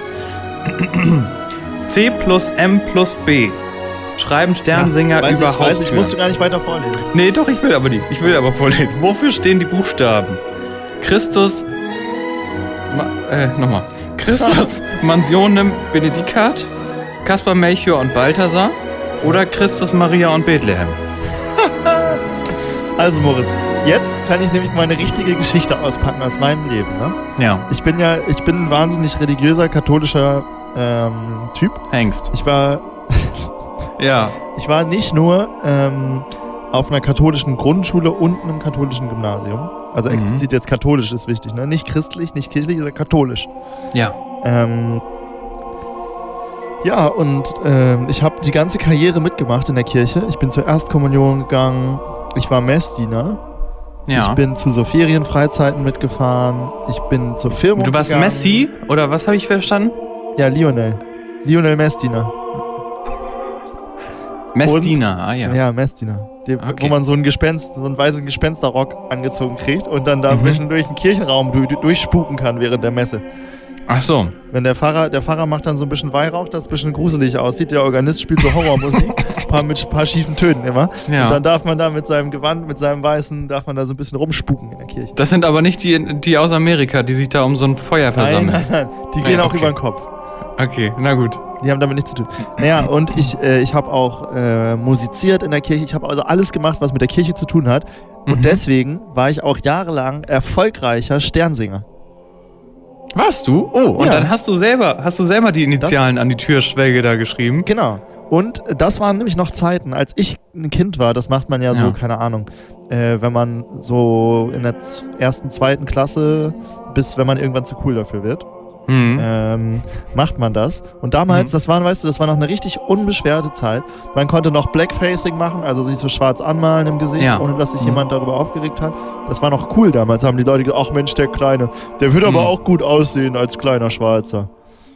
C plus M plus B. Schreiben Sternsinger weiß über ich, weiß ich, Haustüren. musst du gar nicht weiter vorlesen. Nee, doch, ich will aber die. Ich will aber vorlesen. Wofür stehen die Buchstaben? Christus. Ma, äh, nochmal. Christus Mansionem Benedicat, Kaspar Melchior und Balthasar oder Christus Maria und Bethlehem? Also Moritz, jetzt kann ich nämlich mal eine richtige Geschichte auspacken aus meinem Leben. Ne? Ja, Ich bin ja, ich bin ein wahnsinnig religiöser, katholischer ähm, Typ. Hengst. Ich war, Ja. ich war nicht nur ähm, auf einer katholischen Grundschule und einem katholischen Gymnasium. Also Mhm. explizit jetzt katholisch ist wichtig, ne? Nicht christlich, nicht kirchlich, sondern katholisch. Ja. Ähm, ja, und ähm, ich habe die ganze Karriere mitgemacht in der Kirche. Ich bin zur Erstkommunion gegangen. Ich war Messdiener. Ja. Ich bin zu so Ferienfreizeiten mitgefahren. Ich bin zur Firma. Du warst gegangen. Messi oder was habe ich verstanden? Ja, Lionel. Lionel Messdiener. Messdiener, ah ja. Ja, Messdiener. Die, Okay. Wo man so einen Gespenst, so einen weißen Gespensterrock angezogen kriegt und dann da Mhm. zwischendurch einen Kirchenraum du, du, durchspuken kann während der Messe. Ach so. Wenn der Pfarrer, der Pfarrer macht dann so ein bisschen Weihrauch, das ein bisschen gruselig aussieht. Der Organist spielt so Horrormusik, paar mit paar schiefen Tönen immer. Ja. Und dann darf man da mit seinem Gewand, mit seinem Weißen, darf man da so ein bisschen rumspuken in der Kirche. Das sind aber nicht die, die aus Amerika, die sich da um so ein Feuer Nein, versammeln. nein, nein. Die Nee, gehen auch okay. über den Kopf. Okay, na gut. Die haben damit nichts zu tun. Naja, und ich, äh, ich habe auch äh, musiziert in der Kirche. Ich habe also alles gemacht, was mit der Kirche zu tun hat. Und Mhm. deswegen war ich auch jahrelang erfolgreicher Sternsinger. Warst du? Oh, und Ja. dann hast du selber, hast du selber die Initialen an die Türschwelge da geschrieben? Genau. Und das waren nämlich noch Zeiten, als ich ein Kind war, das macht man ja so, Ja. keine Ahnung, äh, wenn man so in der z- ersten, zweiten Klasse, bis wenn man irgendwann zu cool dafür wird, Mhm. ähm, macht man das. Und damals, Mhm. das war, weißt du, das war noch eine richtig unbeschwerte Zeit. Man konnte noch Blackfacing machen, also sich so schwarz anmalen im Gesicht, Ja. ohne dass sich Mhm. jemand darüber aufgeregt hat. Das war noch cool damals, haben die Leute gesagt, ach Mensch, der Kleine, der wird aber Mhm. auch gut aussehen als kleiner Schwarzer.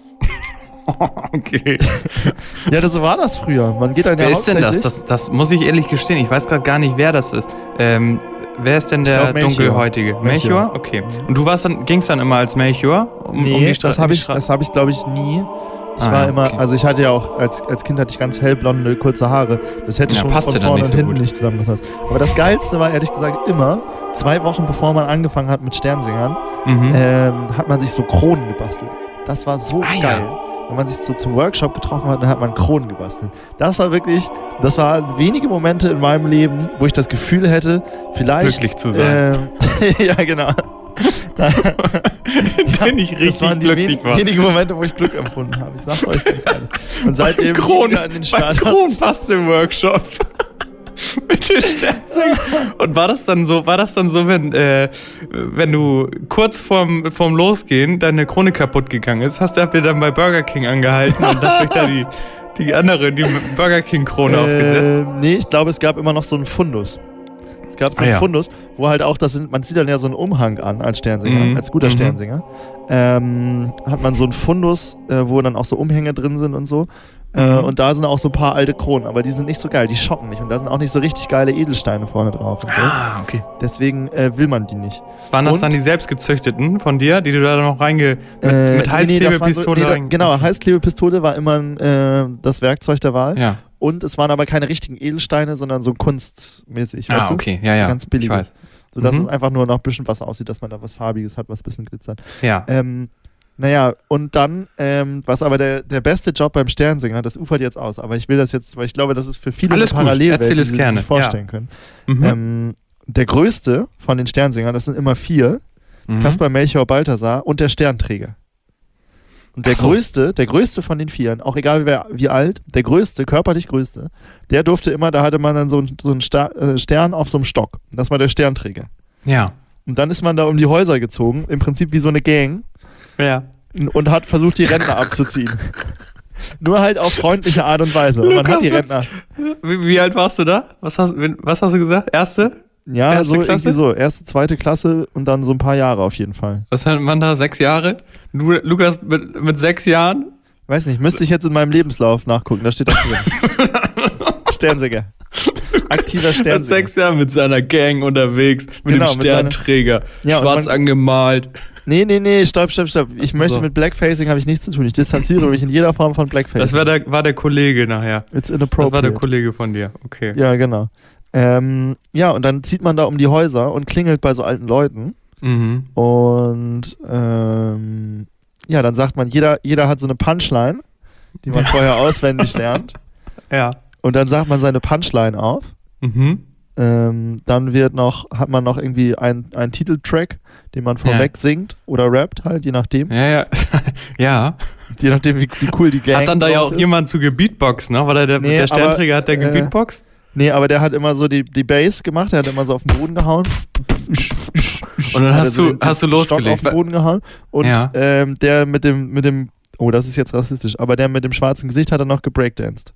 Okay. Ja, das, so war das früher. Man geht dann ja Wer ist denn das? hauptsächlich- das? Das muss ich ehrlich gestehen. Ich weiß gerade gar nicht, wer das ist. Ähm, wer ist denn Ich der glaub, Melchior. dunkelhäutige? Melchior. Melchior? Okay. Und du warst dann, gingst dann immer als Melchior? Um, Nee, um die Stra- das habe die ich, Stra- das hab ich glaube ich, nie. Ich Ah, war ja, immer, okay. also ich hatte ja auch, als, als Kind hatte ich ganz hellblonde, kurze Haare. Das hätte Ja, schon passte von dann vorne nicht und so hinten gut. nicht zusammengepasst. Aber das Geilste war ehrlich gesagt immer, zwei Wochen bevor man angefangen hat mit Sternsingern, Mhm. ähm, hat man sich so Kronen gebastelt. Das war so Ah, ja. geil. Wenn man sich so zum Workshop getroffen hat, dann hat man Kronen gebastelt. Das war wirklich, das waren wenige Momente in meinem Leben, wo ich das Gefühl hätte, vielleicht... Glücklich zu sein. Ähm, ja, genau. Den ich Das richtig waren die glücklich wen war. wenige Momente, wo ich Glück empfunden habe. Ich sag's euch ganz ehrlich. Und seitdem Kron, wieder an den bei Start Kronpaste-Workshop. Mit den Sternzeichen. Und war das dann so, war das dann so, wenn, äh, wenn du kurz vorm, vorm Losgehen deine Krone kaputt gegangen ist, hast du habt ihr dann bei Burger King angehalten und dann euch da die, die andere, die Burger King Krone aufgesetzt? äh, Nee, ich glaube, es gab immer noch so einen Fundus. Es gab so Ah, einen ja. Fundus, wo halt auch, das sind, man zieht dann ja so einen Umhang an als Sternsinger, Mhm. als guter Mhm. Sternsinger. Ähm, hat man so einen Fundus, äh, wo dann auch so Umhänge drin sind und so. Äh, Mhm. und da sind auch so ein paar alte Kronen, aber die sind nicht so geil, die schocken nicht. Und da sind auch nicht so richtig geile Edelsteine vorne drauf und so. Ah, okay. Deswegen äh, will man die nicht. Waren das Und- dann die selbstgezüchteten von dir, die du da noch reinge... Mit, Äh, mit Heißklebepistole nee, da, rein... genau, Heißklebepistole war immer ein, äh, das Werkzeug der Wahl. Ja. Und es waren aber keine richtigen Edelsteine, sondern so kunstmäßig, Ah, weißt du? okay. Ja, ja. Ganz billige. Ich weiß. Sodass Mhm. es einfach nur noch ein bisschen was aussieht, dass man da was Farbiges hat, was ein bisschen glitzert. Ja. Ähm, naja, und dann, ähm, was aber der, der beste Job beim Sternsinger, das ufert jetzt aus, aber ich will das jetzt, weil ich glaube, das ist für viele Alles eine gut, Parallelwelt, erzähl die es sie gerne, sich vorstellen können. Mhm. Ähm, der größte von den Sternsingern, das sind immer vier, Mhm. Kaspar, Melchior, Balthasar und der Sternträger. Und der Ach so. größte, der größte von den Vieren, auch egal wer, wie alt, der größte, körperlich größte, der durfte immer, da hatte man dann so, einen- so einen Sta äh, Stern auf so einem Stock. Das war der Sternträger. Ja. Und dann ist man da um die Häuser gezogen, im Prinzip wie so eine Gang, Ja. und hat versucht, die Rentner abzuziehen. Nur halt auf freundliche Art und Weise. Und man hat die Lukas, Rentner. Wie, wie alt warst du da? Was hast, was hast du gesagt? Erste? Ja, erste so Klasse? irgendwie so. Erste, zweite Klasse und dann so ein paar Jahre auf jeden Fall. Was hat man da? Sechs Jahre? Lu Lukas mit, mit sechs Jahren? Weiß nicht, müsste ich jetzt in meinem Lebenslauf nachgucken, da steht das drin. Sternsinger. Aktiver Mit Sternsinger. sechs Jahren mit seiner Gang unterwegs, mit Genau, dem mit seiner- Sternträger, Ja, und schwarz man- angemalt. Nee, nee, nee, stopp, stopp, stopp. Ich möchte So. mit Blackfacing habe ich nichts zu tun. Ich distanziere mich in jeder Form von Blackfacing. Das war der, war der Kollege nachher. It's Das war inappropriate. der Kollege von dir. Okay. Ja, genau. Ähm, ja, und dann zieht man da um die Häuser und klingelt bei so alten Leuten. Mhm. Und ähm, ja, dann sagt man, jeder, jeder hat so eine Punchline, die man Ja. vorher auswendig lernt. Ja. Und dann sagt man seine Punchline auf. Mhm. Ähm, dann wird noch, hat man noch irgendwie einen einen Titeltrack, den man vorweg singt oder rappt, halt, je nachdem. Ja, ja. ja. Je nachdem, wie, wie cool die Gang Hat dann da ja drauf auch ist. jemand zu gebeatboxt, ne? War da der, Nee, der Sternträger, aber, hat der äh, gebeatboxt? Nee, aber der hat immer so die, die Bass gemacht, der hat immer so auf den Boden gehauen. Und dann Hat hast er du- den- den hast du Stock losgelegt. auf den Boden gehauen. Und Ja. ähm, der mit dem, mit dem, oh, das ist jetzt rassistisch, aber der mit dem schwarzen Gesicht hat dann noch gebreakdanced.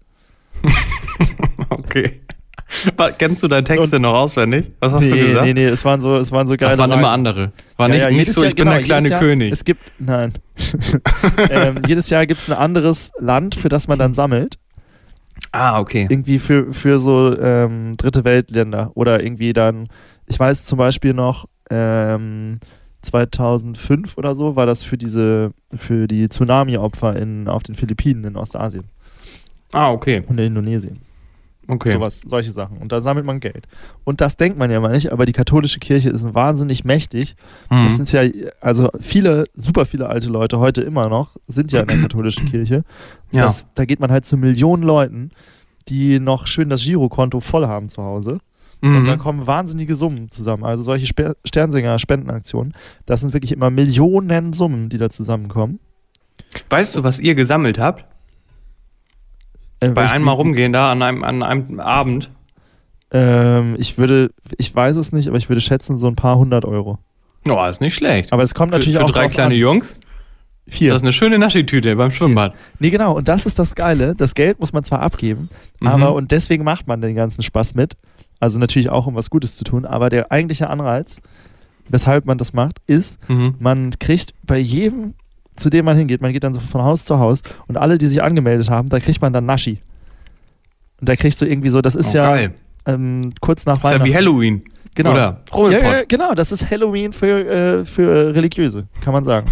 Okay. War- Kennst du deine Texte Und- noch auswendig? Was hast du nee, gesagt? nee, nee, es waren so, es waren so geile Das waren immer Reime. andere. War Ja, nicht, ja, nicht jedes so, Jahr- ich bin genau, der kleine jedes Jahr, König. Es gibt, nein. ähm, jedes Jahr gibt es ein anderes Land, für das man dann sammelt. Ah, okay. Irgendwie für, für so ähm, dritte Weltländer. Oder irgendwie dann, ich weiß zum Beispiel noch, ähm, zweitausendfünf oder so war das für diese, für die Tsunami-Opfer in, auf den Philippinen in Ostasien Ah, okay. und in Indonesien. Okay. Sowas, solche Sachen. Und da sammelt man Geld. Und das denkt man ja mal nicht, aber die katholische Kirche ist wahnsinnig mächtig. Mhm. Es sind ja, also viele, super viele alte Leute heute immer noch, sind ja in der katholischen Kirche. Ja. Das, da geht man halt zu Millionen Leuten, die noch schön das Girokonto voll haben zu Hause. Mhm. Und da kommen wahnsinnige Summen zusammen. Also solche Spe- Sternsinger-Spendenaktionen, das sind wirklich immer Millionen Summen, die da zusammenkommen. Weißt du, was ihr gesammelt habt? Äh, Bei welch- einmal wie- rumgehen da an einem, an einem Abend. Ähm, ich würde, ich weiß es nicht, aber ich würde schätzen, so ein paar hundert Euro. Oh, ist nicht schlecht. Aber es kommt für, natürlich für auch drei drauf kleine an. Jungs. Vier. Das ist eine schöne Naschitüte beim Schwimmbad. Nee, genau. Und das ist das Geile. Das Geld muss man zwar abgeben, Mhm. aber und deswegen macht man den ganzen Spaß mit. Also natürlich auch, um was Gutes zu tun. Aber der eigentliche Anreiz, weshalb man das macht, ist, Mhm. man kriegt bei jedem, zu dem man hingeht, man geht dann so von Haus zu Haus und alle, die sich angemeldet haben, da kriegt man dann Naschi. Und da kriegst du irgendwie so, das ist Oh, ja geil. ähm, kurz nach Das ist ja Weihnachten. wie Halloween. Genau. Oder Ja, Rummelpott. ja, genau, das ist Halloween für, äh, für Religiöse, kann man sagen.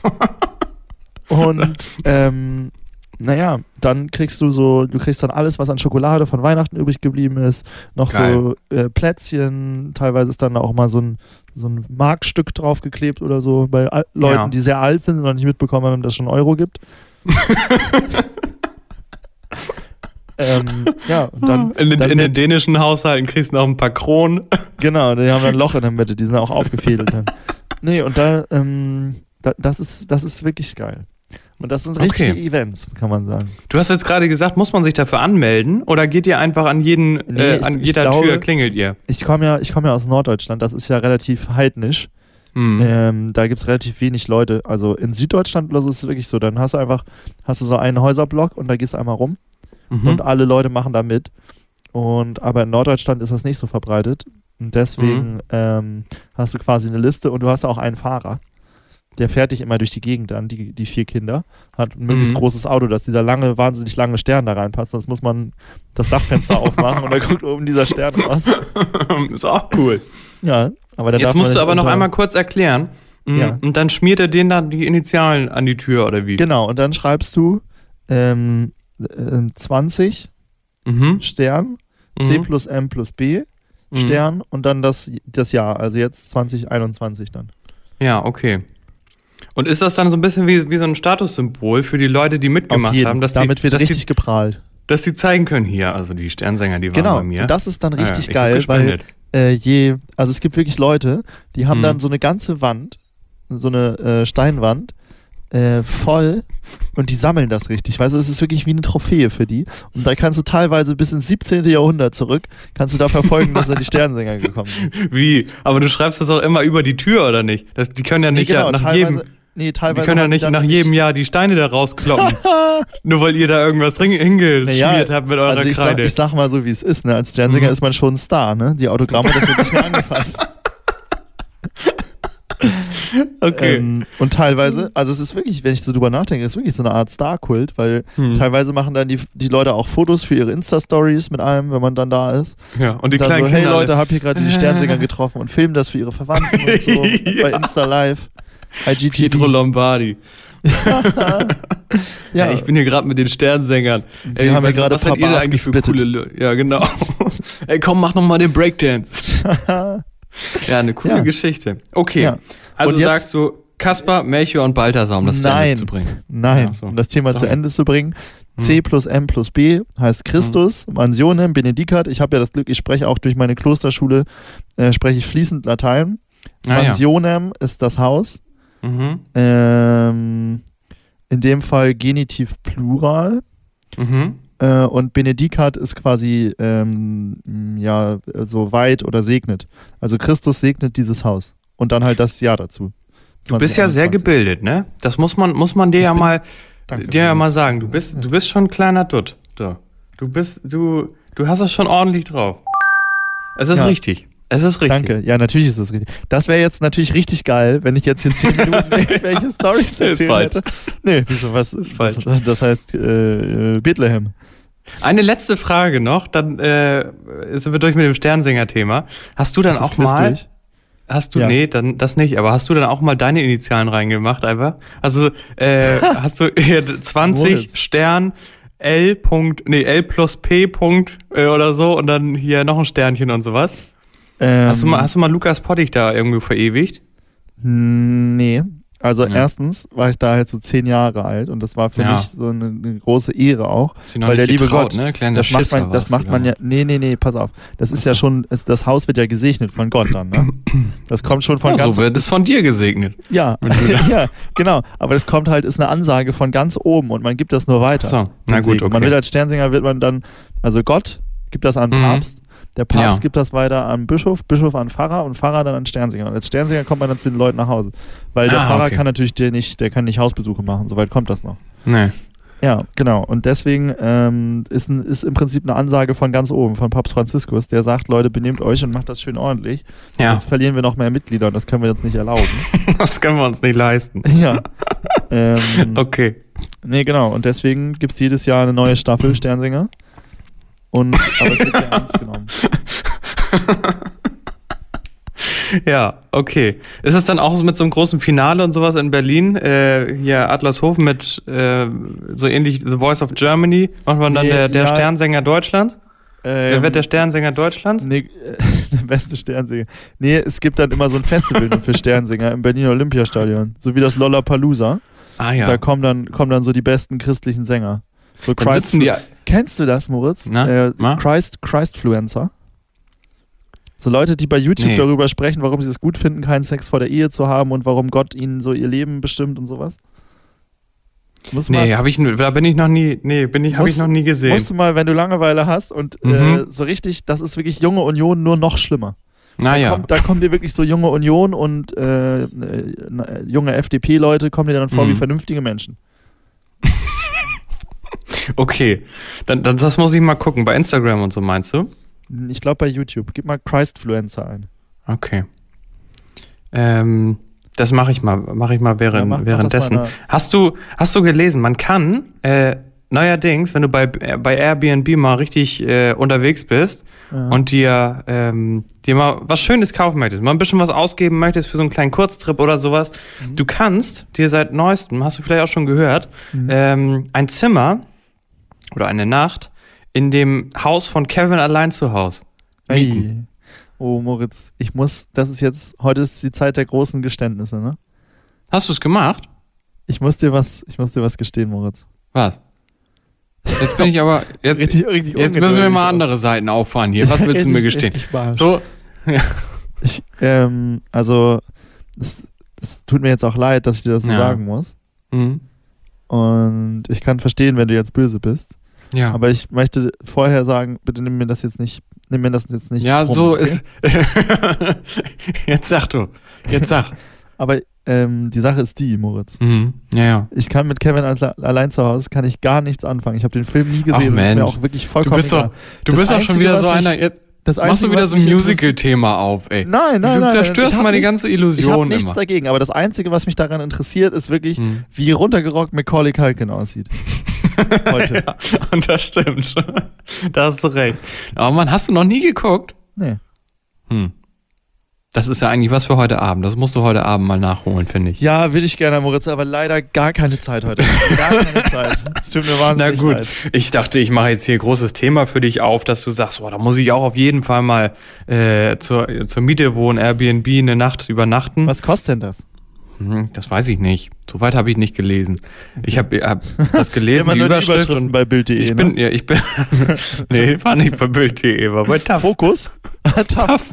Und ähm, naja, dann kriegst du so, du kriegst dann alles, was an Schokolade von Weihnachten übrig geblieben ist, noch Geil. so äh, Plätzchen, teilweise ist dann auch mal so ein, so ein Markstück draufgeklebt oder so, bei Al- Leuten, Ja. die sehr alt sind und noch nicht mitbekommen haben, dass es schon Euro gibt. ähm, ja, und dann, in den, dann in den wird- dänischen Haushalten kriegst du noch ein paar Kronen. Genau, die haben dann ein Loch in der Mitte, die sind auch aufgefädelt dann. Nee, und da, ähm, da, das ist, das ist wirklich geil. Und das sind richtige Okay. Events, kann man sagen. Du hast jetzt gerade gesagt, muss man sich dafür anmelden oder geht ihr einfach an jeden, Nee, äh, ich- an ich jeder glaube- Tür klingelt ihr? Ich komme ja, ich komme ja aus Norddeutschland, das ist ja relativ heidnisch. Mhm. Ähm, da gibt es relativ wenig Leute. Also in Süddeutschland oder so ist es wirklich so. Dann hast du einfach, hast du so einen Häuserblock und da gehst du einmal rum Mhm. und alle Leute machen da mit. Und aber in Norddeutschland ist das nicht so verbreitet. Und deswegen Mhm. ähm, hast du quasi eine Liste und du hast auch einen Fahrer. Der fährt dich immer durch die Gegend an, die, die vier Kinder. Hat ein möglichst Mhm. großes Auto, dass dieser lange, wahnsinnig lange Stern da reinpasst. Sonst muss man das Dachfenster aufmachen und dann guckt oben dieser Stern raus. Ist auch cool. Ja, aber dann Jetzt darf man musst du nicht aber noch unter- einmal kurz erklären. Mhm. Ja. Und dann schmiert er denen dann die Initialen an die Tür oder wie? Genau, und dann schreibst du ähm, ähm, zwanzig Mhm. Stern, Mhm. C plus M plus B Mhm. Stern und dann das, das Jahr, also jetzt zwanzig einundzwanzig dann. Ja, okay. Und ist das dann so ein bisschen wie, wie so ein Statussymbol für die Leute, die mitgemacht Auf jeden. haben, dass Damit sie, wird dass, richtig sie, geprahlt. dass sie zeigen können, hier, also die Sternsänger, die waren Genau, bei mir. und das ist dann Ah ja, richtig ich hab geil, weil gespendet. äh, je, also es gibt wirklich Leute, die haben Mhm. dann so eine ganze Wand, so eine äh, Steinwand, äh, voll und die sammeln das richtig. Weißt du, es ist wirklich wie eine Trophäe für die. Und da kannst du teilweise bis ins siebzehnten Jahrhundert zurück, kannst du da verfolgen, dass da die Sternsänger gekommen sind. Wie? Aber du schreibst das auch immer über die Tür, oder nicht? Das, die können ja nicht ja, nach jedem... nee, Die teilweise können ja haben die nicht dann nach jedem Jahr die Steine da rauskloppen. Nur weil ihr da irgendwas drin- hingeschmiert Naja, habt mit eurer also ich sag, Kreide. ich sag mal so, wie es ist. Ne? Als Sternsänger Mhm. ist man schon ein Star. Ne? Die Autogramme, das wird nicht mehr angefasst. okay. Ähm, und teilweise, also es ist wirklich, wenn ich so drüber nachdenke, es ist wirklich so eine Art Star-Kult, weil Hm. teilweise machen dann die, die Leute auch Fotos für ihre Insta-Stories mit einem, wenn man dann da ist. ja, und die dann kleinen so, hey Kinder. Leute, hab hier gerade die Sternsänger getroffen und filmen das für ihre Verwandten und so Ja. bei Insta Live. I G T V. Pietro Lombardi. Ja, Ja, ich bin hier gerade mit den Sternsängern. Wir haben hier was- gerade was ein paar seid ihr denn Bars eigentlich für gespittet. coole Lö- Ja, genau. Ey, komm, mach noch mal den Breakdance. Ja, eine coole Ja. Geschichte. Okay, Ja. also Und jetzt- sagst du Kaspar, Melchior und Balthasar, um das zu Ende Nein. zu bringen. Nein, Ach so. um das Thema zu Sorry. Ende zu bringen. C plus M plus B heißt Christus, Mansionem, Benedicat. Ich habe ja das Glück, ich spreche auch durch meine Klosterschule, äh, spreche ich fließend Latein. Ah, ja. Mansionem ist das Haus. Mhm. Ähm, in dem Fall Genitiv Plural. Mhm. Äh, und Benedicat ist quasi ähm, ja, so weit oder segnet. Also Christus segnet dieses Haus. Und dann halt das Jahr dazu. Du bist ja sehr gebildet, ne? Das muss man, muss man dir Ich ja bin- mal, Danke. dir ja mal sagen. Du bist, du bist schon ein kleiner Dutt. So. Du bist, du, du hast es schon ordentlich drauf. Es ist Ja. richtig. Es ist richtig. Danke, ja, natürlich ist das richtig. Das wäre jetzt natürlich richtig geil, wenn ich jetzt in zehn Minuten irgendwelche Storys Ist erzählt falsch. hätte. Nee, wieso was? Ist falsch. Das, das heißt äh, äh, Bethlehem. Eine letzte Frage noch, dann äh, sind wir durch mit dem Sternsänger-Thema. Hast du dann Ist das auch Quiz mal, durch? hast du, Ja. nee, dann das nicht, aber hast du dann auch mal deine Initialen reingemacht einfach? Also äh, hast du hier zwanzig Moritz. Stern L. Punkt, nee, L plus P. Punkt, äh, oder so und dann hier noch ein Sternchen und sowas? Ähm, Hast du mal, hast du mal Lukas Pottig da irgendwo verewigt? Nee, Also Ja. erstens war ich da halt so zehn Jahre alt und das war für Ja. mich so eine, eine große Ehre auch. Hast du noch Weil der nicht liebe getraut, Gott, ne? Kleiner Das macht Schisser man, das warst macht du man da. ja, nee, nee, nee, pass auf. Das ist ja schon, es, das Haus wird ja gesegnet von Gott dann, ne? Das kommt schon von Ja, ganz so wird es von dir gesegnet. Ja, ja, genau. Aber das kommt halt, ist eine Ansage von ganz oben und man gibt das nur weiter. Ach so, na den gut, Segen. okay. Man will als Sternsinger, wird man dann, also Gott gibt das an Mhm. Papst, der Papst Ja. gibt das weiter an Bischof, Bischof an Pfarrer und Pfarrer dann an Sternsinger. Und als Sternsinger kommt man dann zu den Leuten nach Hause. Weil der Ah, Pfarrer okay. kann natürlich der nicht, der kann nicht Hausbesuche machen, soweit kommt das noch. Nee. Ja, genau. Und deswegen ähm, ist, ein, ist im Prinzip eine Ansage von ganz oben, von Papst Franziskus, der sagt, Leute, benehmt euch und macht das schön ordentlich. Ja. Sonst verlieren wir noch mehr Mitglieder und das können wir uns nicht erlauben. Das können wir uns nicht leisten. Ja. ähm, Okay. Nee, genau. Und deswegen gibt es jedes Jahr eine neue Staffel Sternsinger. Und, aber es wird ja ernst genommen. Ja, okay. Ist es dann auch mit so einem großen Finale und sowas in Berlin? Äh, hier Adlershof mit äh, so ähnlich The Voice of Germany. Macht man dann Nee, der, der ja. Sternsänger Deutschlands? Wer Ähm, wird der Sternsänger Deutschlands? Nee, äh, der beste Sternsinger. Nee, es gibt dann immer so ein Festival nur für Sternsinger im Berliner Olympiastadion. So wie das Lollapalooza. Ah ja. Da kommen dann, kommen dann so die besten christlichen Sänger. So Dann sitzen die. Kennst du das, Moritz? Na, äh, na? Christ, Christfluencer. So Leute, die bei YouTube Nee. darüber sprechen, warum sie es gut finden, keinen Sex vor der Ehe zu haben und warum Gott ihnen so ihr Leben bestimmt und sowas. Muss Nee, mal, hab ich, da bin ich noch nie, nee, bin ich, habe ich Muss- noch nie gesehen. musst du mal, wenn du Langeweile hast und äh, Mhm. so richtig, das ist wirklich junge Union nur noch schlimmer. Da, Naja, kommt, da kommen dir wirklich so junge Union und äh, äh, junge F D P-Leute kommen dir dann vor Mhm. wie vernünftige Menschen. okay. Dann, dann das muss ich mal gucken. Bei Instagram und so meinst du? Ich glaube bei YouTube. Gib mal Christfluencer ein. Okay. Ähm, das mache ich mal, mache ich mal während, Ja, mach- mach das währenddessen. mal hast du, hast du gelesen? Man kann äh, neuerdings, wenn du bei äh, bei Airbnb mal richtig äh, unterwegs bist Ja. und dir ähm, dir mal was Schönes kaufen möchtest, mal ein bisschen was ausgeben möchtest für so einen kleinen Kurztrip oder sowas, Mhm. du kannst dir seit neuestem, hast du vielleicht auch schon gehört, Mhm. ähm, ein Zimmer oder eine Nacht in dem Haus von Kevin allein zu Hause mieten. Hey. Oh, Moritz, ich muss, das ist jetzt, heute ist die Zeit der großen Geständnisse, ne? Hast du es gemacht? Ich muss dir was, ich muss dir was gestehen, Moritz. Was? Jetzt bin ich aber. Jetzt, Richtig, richtig jetzt müssen wir ungeduldig mal auch. andere Seiten auffahren hier. Was willst du mir Richtig, gestehen? richtig barsch. So. Ich, ähm, also, es, es tut mir jetzt auch leid, dass ich dir das so Ja. sagen muss. Mhm. Und ich kann verstehen, wenn du jetzt böse bist. Ja. Aber ich möchte vorher sagen, bitte nimm mir das jetzt nicht, nimm mir das jetzt nicht ja, krumm, so okay? ist. Jetzt sag du. Jetzt sag. Aber ähm, die Sache ist die, Moritz. Mhm. Ja, ja. Ich kann mit Kevin alle- allein zu Hause, kann ich gar nichts anfangen. Ich habe den Film nie Ach, gesehen und es ist mir Mensch. auch wirklich Du vollkommen bist egal. doch, du Das bist doch schon Einzige, wieder was so mich- einer. Jetzt Das machst du Einzige, wieder was so ein mich interessiert- Musical-Thema auf, ey. Nein, nein, Du nein. zerstörst ich hab mal die nichts- ganze Ich habe Illusion nichts immer. dagegen, aber das Einzige, was mich daran interessiert, ist wirklich, Hm. wie runtergerockt Macaulay Culkin aussieht. Heute. Ja, und das stimmt. Da hast du recht. Aber Mann, hast du noch nie geguckt? Nee. Hm. Das ist ja eigentlich was für heute Abend. Das musst du heute Abend mal nachholen, finde ich. Ja, würde ich gerne, Moritz, aber leider gar keine Zeit heute. Gar keine Zeit. Es tut mir Na wahnsinnig gut, leid. ich dachte, ich mache jetzt hier ein großes Thema für dich auf, dass du sagst, boah, da muss ich auch auf jeden Fall mal äh, zur, zur Miete wohnen, Airbnb eine Nacht übernachten. Was kostet denn das? Hm, das weiß ich nicht. So weit habe ich nicht gelesen. Ich habe hab das gelesen, Immer die nur die Überschrift. Überschriften und bei Bild punkt de. ich ne? bin, ja, ich bin, nee, war nicht bei Bild punkt de, war bei T A F. Fokus? Tough.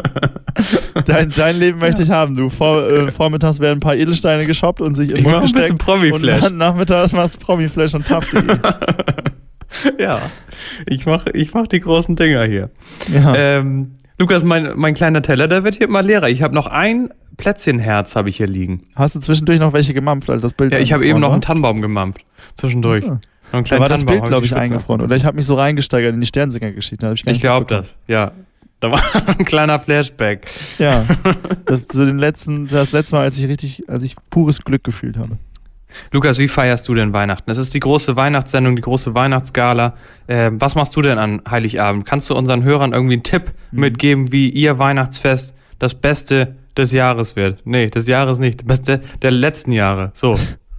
Dein, dein Leben möchte ich haben. Du vor, äh, vormittags werden ein paar Edelsteine geshoppt und sich in Ich den mach Mund ein bisschen gesteckt. Promi-Flash. Und dann nachmittags machst du Promi-Flash und tough punkt de. Ja, ich mache ich mach die großen Dinger hier. Ja. Ähm, Lukas, mein, mein kleiner Teller, der wird hier immer leerer. Ich habe noch ein Plätzchenherz habe ich hier liegen. Hast du zwischendurch noch welche gemampft, als das Bild Ja, ich habe eben eingefroren noch war? einen Tannenbaum gemampft. Zwischendurch. Ach so. Noch einen Da kleinen war das Tannenbaum, Bild, hab glaube die ich, Spitze eingefroren. abgemacht. Oder ich habe mich so reingesteigert in die Sternsinger-Geschichte. Hab ich gar Ich nicht glaube mitbekommen. das, ja. Da war ein kleiner Flashback. Ja. Das, so den letzten, das letzte Mal, als ich richtig, als ich pures Glück gefühlt habe. Lukas, wie feierst du denn Weihnachten? Es ist die große Weihnachtssendung, die große Weihnachtsgala. Äh, was machst du denn an Heiligabend? Kannst du unseren Hörern irgendwie einen Tipp Mhm. mitgeben, wie ihr Weihnachtsfest das Beste des Jahres wird? Nee, des Jahres nicht. Das Beste der letzten Jahre. So.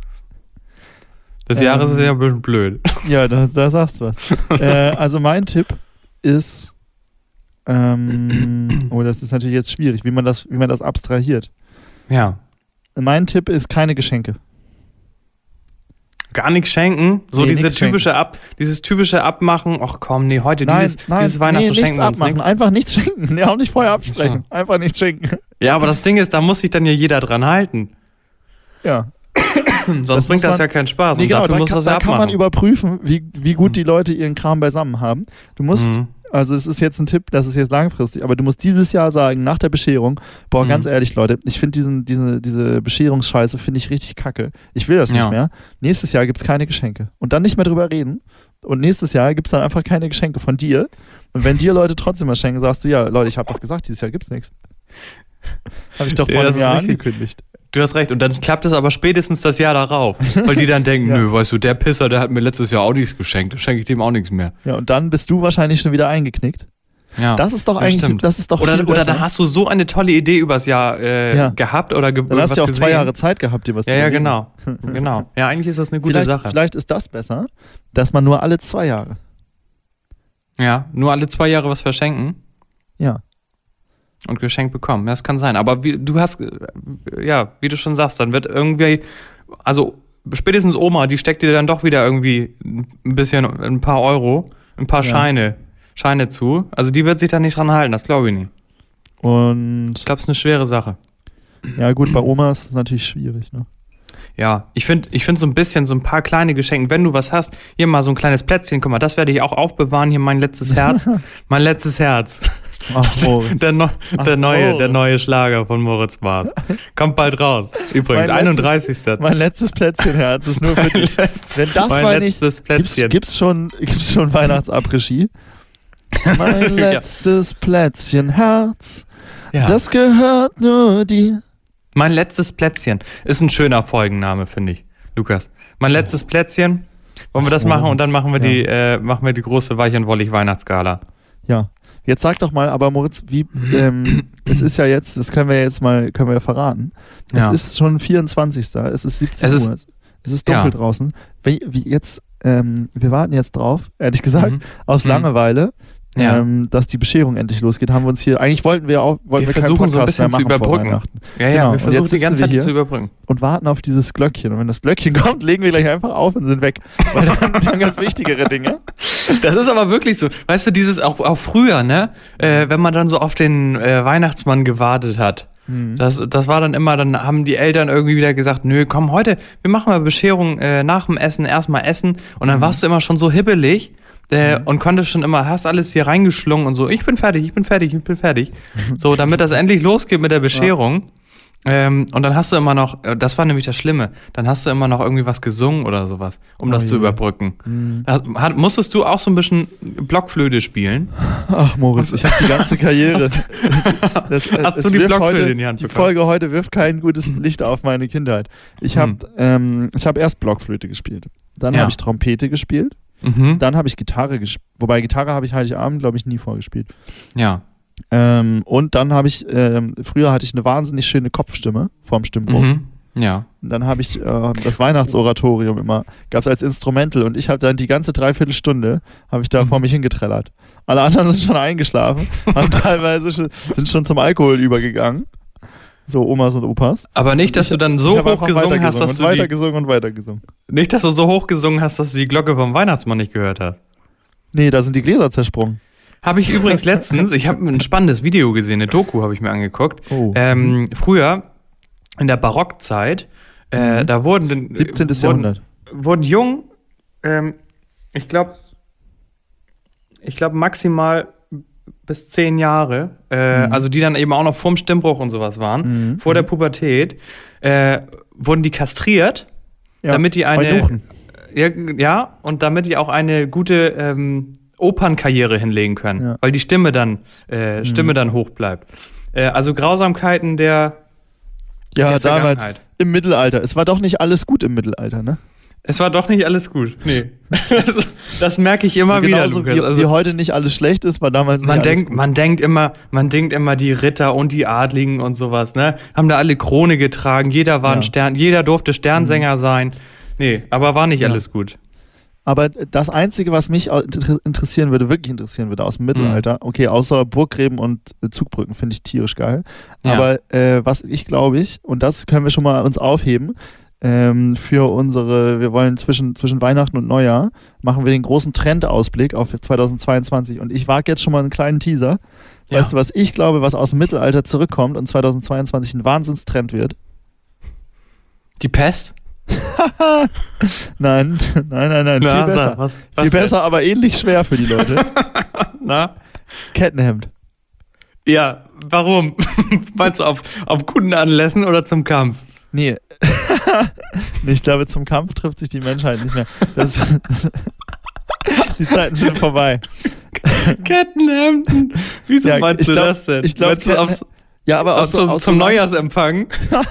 Des Ähm. Jahres ist ja ein bisschen blöd. Ja, da, da sagst du was. äh, also mein Tipp ist, ähm, oh, das ist natürlich jetzt schwierig, wie man das, wie man das abstrahiert. Ja. mein Tipp ist keine Geschenke. Gar nichts schenken? So Nee, diese nix typische schenken. Ab, dieses typische Abmachen. Ach komm, nee, heute Nein, dieses, nein, dieses Weihnachten nee, schenken nichts wir uns abmachen. nichts. Einfach nichts schenken. Ja, auch nicht vorher absprechen. Einfach nichts schenken. Ja, aber das Ding ist, da muss sich dann ja jeder dran halten. Ja. Sonst Das bringt muss das man- ja keinen Spaß. Nee, und genau, dafür da, muss kann, das da ja kann man abmachen. überprüfen, wie, wie gut die Leute ihren Kram beisammen haben. Du musst, Mhm. also es ist jetzt ein Tipp, das ist jetzt langfristig, aber du musst dieses Jahr sagen, nach der Bescherung, boah, Mhm. ganz ehrlich, Leute, ich finde diesen, diese, diese Bescherungsscheiße finde ich richtig kacke. Ich will das nicht Ja. mehr. Nächstes Jahr gibt es keine Geschenke. Und dann nicht mehr drüber reden. Und nächstes Jahr gibt es dann einfach keine Geschenke von dir. Und wenn dir Leute trotzdem was schenken, sagst du, ja, Leute, ich habe doch gesagt, dieses Jahr gibt's nichts. Habe ich doch Ja, vor das einem ist Jahr richtig. angekündigt. Du hast recht. Und dann klappt es aber spätestens das Jahr darauf. Weil die dann denken, Ja. nö, weißt du, der Pisser, der hat mir letztes Jahr auch nichts geschenkt. Da schenke ich dem auch nichts mehr. Ja, und dann bist du wahrscheinlich schon wieder eingeknickt. Ja. Das ist doch das eigentlich, stimmt. das ist doch Oder, viel oder besser. dann hast du so eine tolle Idee übers Jahr äh, Ja. gehabt oder ge Dann hast was du ja auch gesehen. zwei Jahre Zeit gehabt, dir was Ja, zu ja, überlegen. genau. genau. Ja, eigentlich ist das eine gute Vielleicht, Sache. vielleicht ist das besser, dass man nur alle zwei Jahre. Ja, nur alle zwei Jahre was verschenken Ja. und geschenkt bekommen. Ja, das kann sein. Aber wie, du hast, äh, ja, wie du schon sagst, dann wird irgendwie, also spätestens Oma, die steckt dir dann doch wieder irgendwie ein bisschen, ein paar Euro, ein paar Ja. Scheine, Scheine zu. Also die wird sich da nicht dran halten, das glaube ich nicht. Und Ich glaube, es ist eine schwere Sache. ja, gut, bei Oma ist es natürlich schwierig, ne? Ja, ich finde ich find so ein bisschen, so ein paar kleine Geschenke, wenn du was hast, hier mal so ein kleines Plätzchen, guck mal, das werde ich auch aufbewahren, hier mein letztes Herz, mein letztes Herz. Ach, Moritz. Der, no, Ach, der, neue, der Moritz. neue Schlager von Moritz Mars. Kommt bald raus. Übrigens, Mein letztes- einunddreißigster Mein letztes Plätzchenherz ist nur für dich. Wenn das mein mal nicht. letztes Gibt's, Plätzchen. gibt's schon, gibt's schon Weihnachtsabregie? Mein Ja. letztes Plätzchenherz, ja. das gehört nur dir. Mein letztes Plätzchen ist ein schöner Folgenname, finde ich, Lukas. Mein letztes Plätzchen. Wollen wir das Ach, machen und dann machen wir ja. die, äh, machen wir die große Weich und Wollig Weihnachtsgala. Ja. Jetzt sag doch mal, aber Moritz, wie, ähm, es ist ja jetzt, das können wir jetzt mal, können wir ja verraten. Es Ja. ist schon vierundzwanzigster Es ist siebzehn Es ist- Uhr. Es ist dunkel ja. draußen. Wie, wie jetzt, ähm, wir warten jetzt drauf, ehrlich gesagt, Mhm. aus Mhm. Langeweile, Ja. ähm, dass die Bescherung endlich losgeht. Haben wir uns hier, eigentlich wollten wir auch, wollten Wir wir, keinen versuchen so ein Podcast mehr bisschen zu machen vor überbrücken. Weihnachten. Ja, ja, Genau. wir Und versuchen jetzt die ganze sitzen Zeit wir hier zu überbrücken. Und warten auf dieses Glöckchen. Und wenn das Glöckchen kommt, legen wir gleich einfach auf und sind weg. Weil dann, dann ganz wichtigere Dinge. Das ist aber wirklich so. Weißt du, dieses auch, auch früher, ne? Äh, wenn man dann so auf den äh, Weihnachtsmann gewartet hat. Mhm. Das, das war dann immer, dann haben die Eltern irgendwie wieder gesagt, nö, komm, heute, wir machen mal Bescherung äh, nach dem Essen, erstmal essen. Und dann warst du immer schon so hibbelig äh, und konntest schon immer, hast alles hier reingeschlungen und so, ich bin fertig, ich bin fertig, ich bin fertig. So, damit das endlich losgeht mit der Bescherung. Ähm, und dann hast du immer noch, äh, das war nämlich das Schlimme, dann hast du immer noch irgendwie was gesungen oder sowas, um das Oh zu je. überbrücken. Mhm. Hat, hat, musstest du auch so ein bisschen Blockflöte spielen? Ach Moritz, ich habe die ganze Karriere. Das, das, hast es du die wirft Blockflöte heute, in die Hand Die bekommen? Folge heute wirft kein gutes Licht auf meine Kindheit. Ich habe Mhm. ähm, ich hab erst Blockflöte gespielt. Dann Ja. habe ich Trompete gespielt. Mhm. Dann habe ich Gitarre gespielt. Wobei Gitarre habe ich Heiligabend, glaube ich, nie vorgespielt. Ja. Ähm, und dann habe ich, ähm, früher hatte ich eine wahnsinnig schöne Kopfstimme vorm Stimmbruch. Mhm. Ja. Und dann habe ich äh, das Weihnachtsoratorium immer, gab es als Instrumental und ich habe dann die ganze Dreiviertelstunde, habe ich da Mhm. vor mich hingetrellert. Alle anderen sind schon eingeschlafen, haben teilweise schon, sind schon zum Alkohol übergegangen. So Omas und Opas. Aber nicht, dass Ich- du dann ich so hab hoch einfach gesungen hast, weitergesungen dass und du die, weitergesungen und weitergesungen. nicht, dass du so hoch gesungen hast, dass du die Glocke vom Weihnachtsmann nicht gehört hast. Nee, da sind die Gläser zersprungen. Habe ich übrigens letztens, ich habe ein spannendes Video gesehen, eine Doku habe ich mir angeguckt. Oh. Ähm, früher, in der Barockzeit, äh, Mhm. da wurden, den- siebzehnten. wurden, Jahrhundert. wurden jung, ähm, ich glaube, ich glaube maximal bis zehn Jahre, äh, Mhm. also die dann eben auch noch vorm Stimmbruch und sowas waren, Mhm. vor der Pubertät, äh, wurden die kastriert, Ja, damit die eine, Eunuchen. ja, ja, und damit die auch eine gute ähm, Opernkarriere hinlegen können, Ja. weil die Stimme dann, äh, Stimme Mhm. dann hoch bleibt. Äh, also Grausamkeiten der, Ja, der damals Vergangenheit. im Mittelalter. Es war doch nicht alles gut im Mittelalter, ne? Es war doch nicht alles gut. Nee. das, das merke ich immer so wieder, genauso Lukas. wie, Also, wie heute nicht alles schlecht ist, war damals nicht man alles denkt, gut. man denkt immer, man denkt immer, die Ritter und die Adligen und sowas, ne, haben da alle Krone getragen, jeder war ein Ja. Stern, jeder durfte Sternsänger sein. Nee, aber war nicht Ja. alles gut. Aber das Einzige, was mich interessieren würde, wirklich interessieren würde aus dem Mittelalter, okay, außer Burggräben und Zugbrücken, finde ich tierisch geil. Ja. Aber äh, was ich glaube ich, und das können wir schon mal uns aufheben, ähm, für unsere, wir wollen zwischen, zwischen Weihnachten und Neujahr, machen wir den großen Trendausblick auf zweitausendzweiundzwanzig. Und ich wage jetzt schon mal einen kleinen Teaser. Ja. Weißt du, was ich glaube, was aus dem Mittelalter zurückkommt und zweitausendzweiundzwanzig ein Wahnsinnstrend wird? Die Pest? nein, nein, nein, nein, Na, viel besser. sag, was, was viel denn? besser, aber ähnlich schwer für die Leute. Na? Kettenhemd. Ja, warum? Meinst du auf, auf guten Anlässen oder zum Kampf? Nee. nee, ich glaube, zum Kampf trifft sich die Menschheit nicht mehr. Das, die Zeiten sind vorbei. Kettenhemden? Wieso Ja, meinst ich du glaub- das denn? ich glaub, Meinst du Ketten- aufs, Ja, aber auf aus, zum, aus zum so Neujahrsempfang?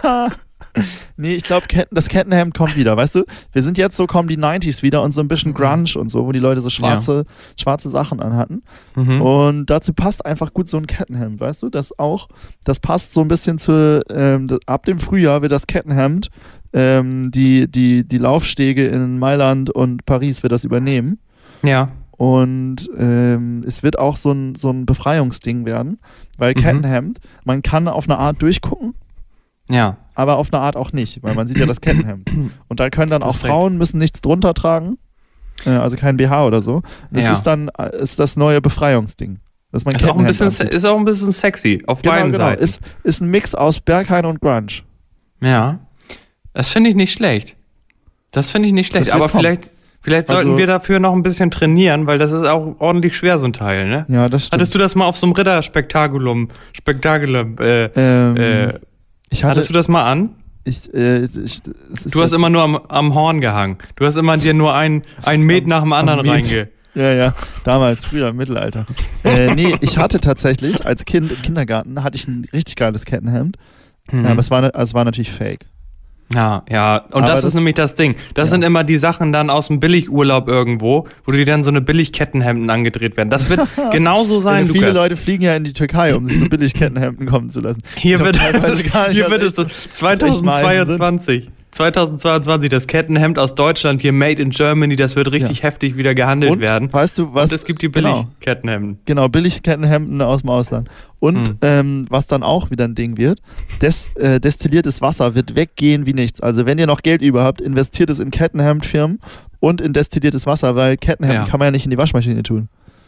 Nee, ich glaube, Ketten, das Kettenhemd kommt wieder, weißt du? Wir sind jetzt so, kommen die neunziger wieder und so ein bisschen Grunge und so, wo die Leute so schwarze, schwarze Sachen anhatten. Mhm. Und dazu passt einfach gut so ein Kettenhemd, weißt du? Das auch, das passt so ein bisschen zu, ähm, das, ab dem Frühjahr wird das Kettenhemd ähm, die, die, die Laufstege in Mailand und Paris wird das übernehmen. Ja. Und ähm, es wird auch so ein, so ein Befreiungsding werden, weil Mhm. Kettenhemd, man kann auf eine Art durchgucken, Ja. aber auf eine Art auch nicht, weil man sieht ja das Kettenhemd. Und da können dann auch Hast recht. Frauen müssen nichts drunter tragen, äh, also kein B H oder so. Das Ja. ist dann äh, ist das neue Befreiungsding. Dass man Ist auch, ein Kettenhemd bisschen, anzieht. ist auch ein bisschen sexy auf Genau, beiden genau. Seiten. Ist, ist ein Mix aus Berghain und Grunge. Ja. Das finde ich nicht schlecht. Das finde ich nicht schlecht. Das wird Aber kommen. vielleicht, vielleicht Also- sollten wir dafür noch ein bisschen trainieren, weil das ist auch ordentlich schwer, so ein Teil, ne? Ja, das stimmt. Hattest du das mal auf so einem Ritterspektakulum, Spektakulum, äh, ähm, äh, ich hatte, hattest du das mal an? ich, äh, ich, es ist Du hast jetzt- immer nur am, am Horn gehangen. Du hast immer dir nur ein, ein Met Am- nach dem anderen am Met. reinge... Ja, ja, damals, früher im Mittelalter. äh, nee, ich hatte tatsächlich als Kind im Kindergarten hatte ich ein richtig geiles Kettenhemd. Mhm. Ja, aber es war, ne- also es war natürlich fake. Ja, ja. Und Aber das, das- ist nämlich das Ding. Das ja. sind immer die Sachen dann aus dem Billigurlaub irgendwo, wo dir dann so eine Billigkettenhemden angedreht werden. Das wird genauso sein, Viele Lukas. Leute fliegen ja in die Türkei, um sich so billig Kettenhemden kommen zu lassen. Hier Ich hab wird, teilweise gar nicht hier wird was es echt- zweitausendzweiundzwanzig. zweitausendzweiundzwanzig, das Kettenhemd aus Deutschland, hier Made in Germany, das wird richtig Ja. heftig wieder gehandelt Und werden. weißt du, was? Und es gibt die genau, Billigkettenhemden. genau, billig Kettenhemden aus dem Ausland. Und Hm. ähm, was dann auch wieder ein Ding wird, des, äh, destilliertes Wasser wird weggehen wie nichts. Also wenn ihr noch Geld über habt, investiert es in Kettenhemdfirmen und in destilliertes Wasser, weil Kettenhemden Ja. kann man ja nicht in die Waschmaschine tun.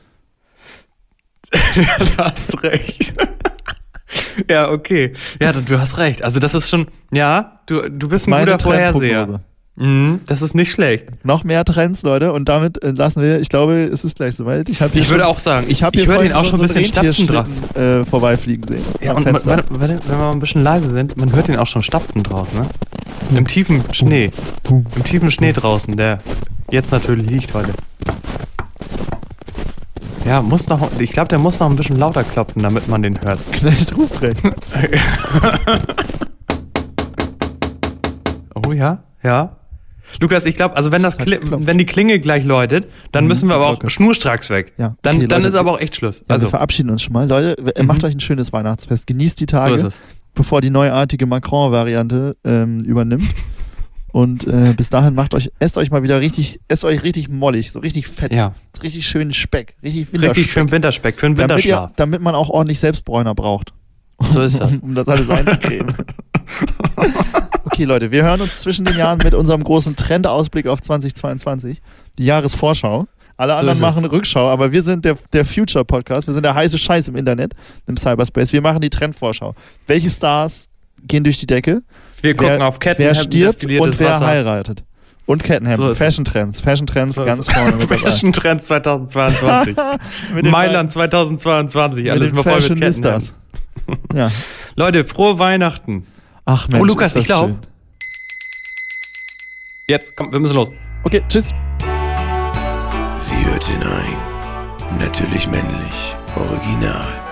Da hast recht. Ja, okay. Ja, du, du hast recht. Also das ist schon, ja, du, du bist ein Meine guter Vorherseher. Trendprognose. Mhm, das ist nicht schlecht. Noch mehr Trends, Leute, und damit äh, lassen wir, ich glaube, es ist gleich soweit. Ich, hab hier Ich würde schon, auch sagen, ich, hab ich hier höre vorhin den auch schon ein so bisschen stapfen drauf. Rentierschlitten, äh, vorbeifliegen sehen. Ja, am und man, Fenster. warte, warte, wenn wir mal ein bisschen leise sind, man hört den auch schon stapfen draußen, ne? Im tiefen Schnee. Im tiefen Schnee draußen, der jetzt natürlich liegt heute. Ja, muss noch, ich glaube, der muss noch ein bisschen lauter klopfen, damit man den hört. Knecht Ruprecht. Oh ja, ja. Lukas, ich glaube, also wenn das hat Kli geklopft. wenn die Klingel gleich läutet, dann Mhm, müssen wir die aber auch Glocke. schnurstracks weg. Ja, Dann, okay, dann Leute, ist aber auch echt Schluss. Ja, Also, wir verabschieden uns schon mal. Leute, w- Mhm. macht euch ein schönes Weihnachtsfest. Genießt die so Tage, ist es. bevor die neuartige Macron-Variante ähm, übernimmt. Und äh, bis dahin macht euch, esst euch mal wieder richtig, esst euch richtig mollig, so richtig fett, Ja, richtig schön Speck, richtig richtig Winterspeck, schön Winterspeck für einen damit, Winterschlaf. ihr, damit man auch ordentlich Selbstbräuner braucht. So ist das. Um, um das alles einzucremen. Okay, Leute, wir hören uns zwischen den Jahren mit unserem großen Trendausblick auf zweitausendzweiundzwanzig, die Jahresvorschau. Alle So anderen ist es. machen Rückschau, aber wir sind der, der Future-Podcast, wir sind der heiße Scheiß im Internet, im Cyberspace. Wir machen die Trendvorschau. Welche Stars gehen durch die Decke? Wir gucken wer, auf Ketten, wer stirbt destilliertes und wer Wasser. heiratet. Und Kettenhemden, So ist es. Fashion Trends, Fashion Trends So ist ganz es. vorne mit dabei. Fashion Trends zweitausendzweiundzwanzig. Mit den Mailand zweitausendzweiundzwanzig, mit alles den mal voll mit Ketten. Fashionistas. Ja. Leute, frohe Weihnachten. Ach Mensch, Oh, Lukas, ist das ich glaub- schön. Jetzt, komm, wir müssen los. Okay, tschüss. Sie hört hinein. Natürlich männlich. Original.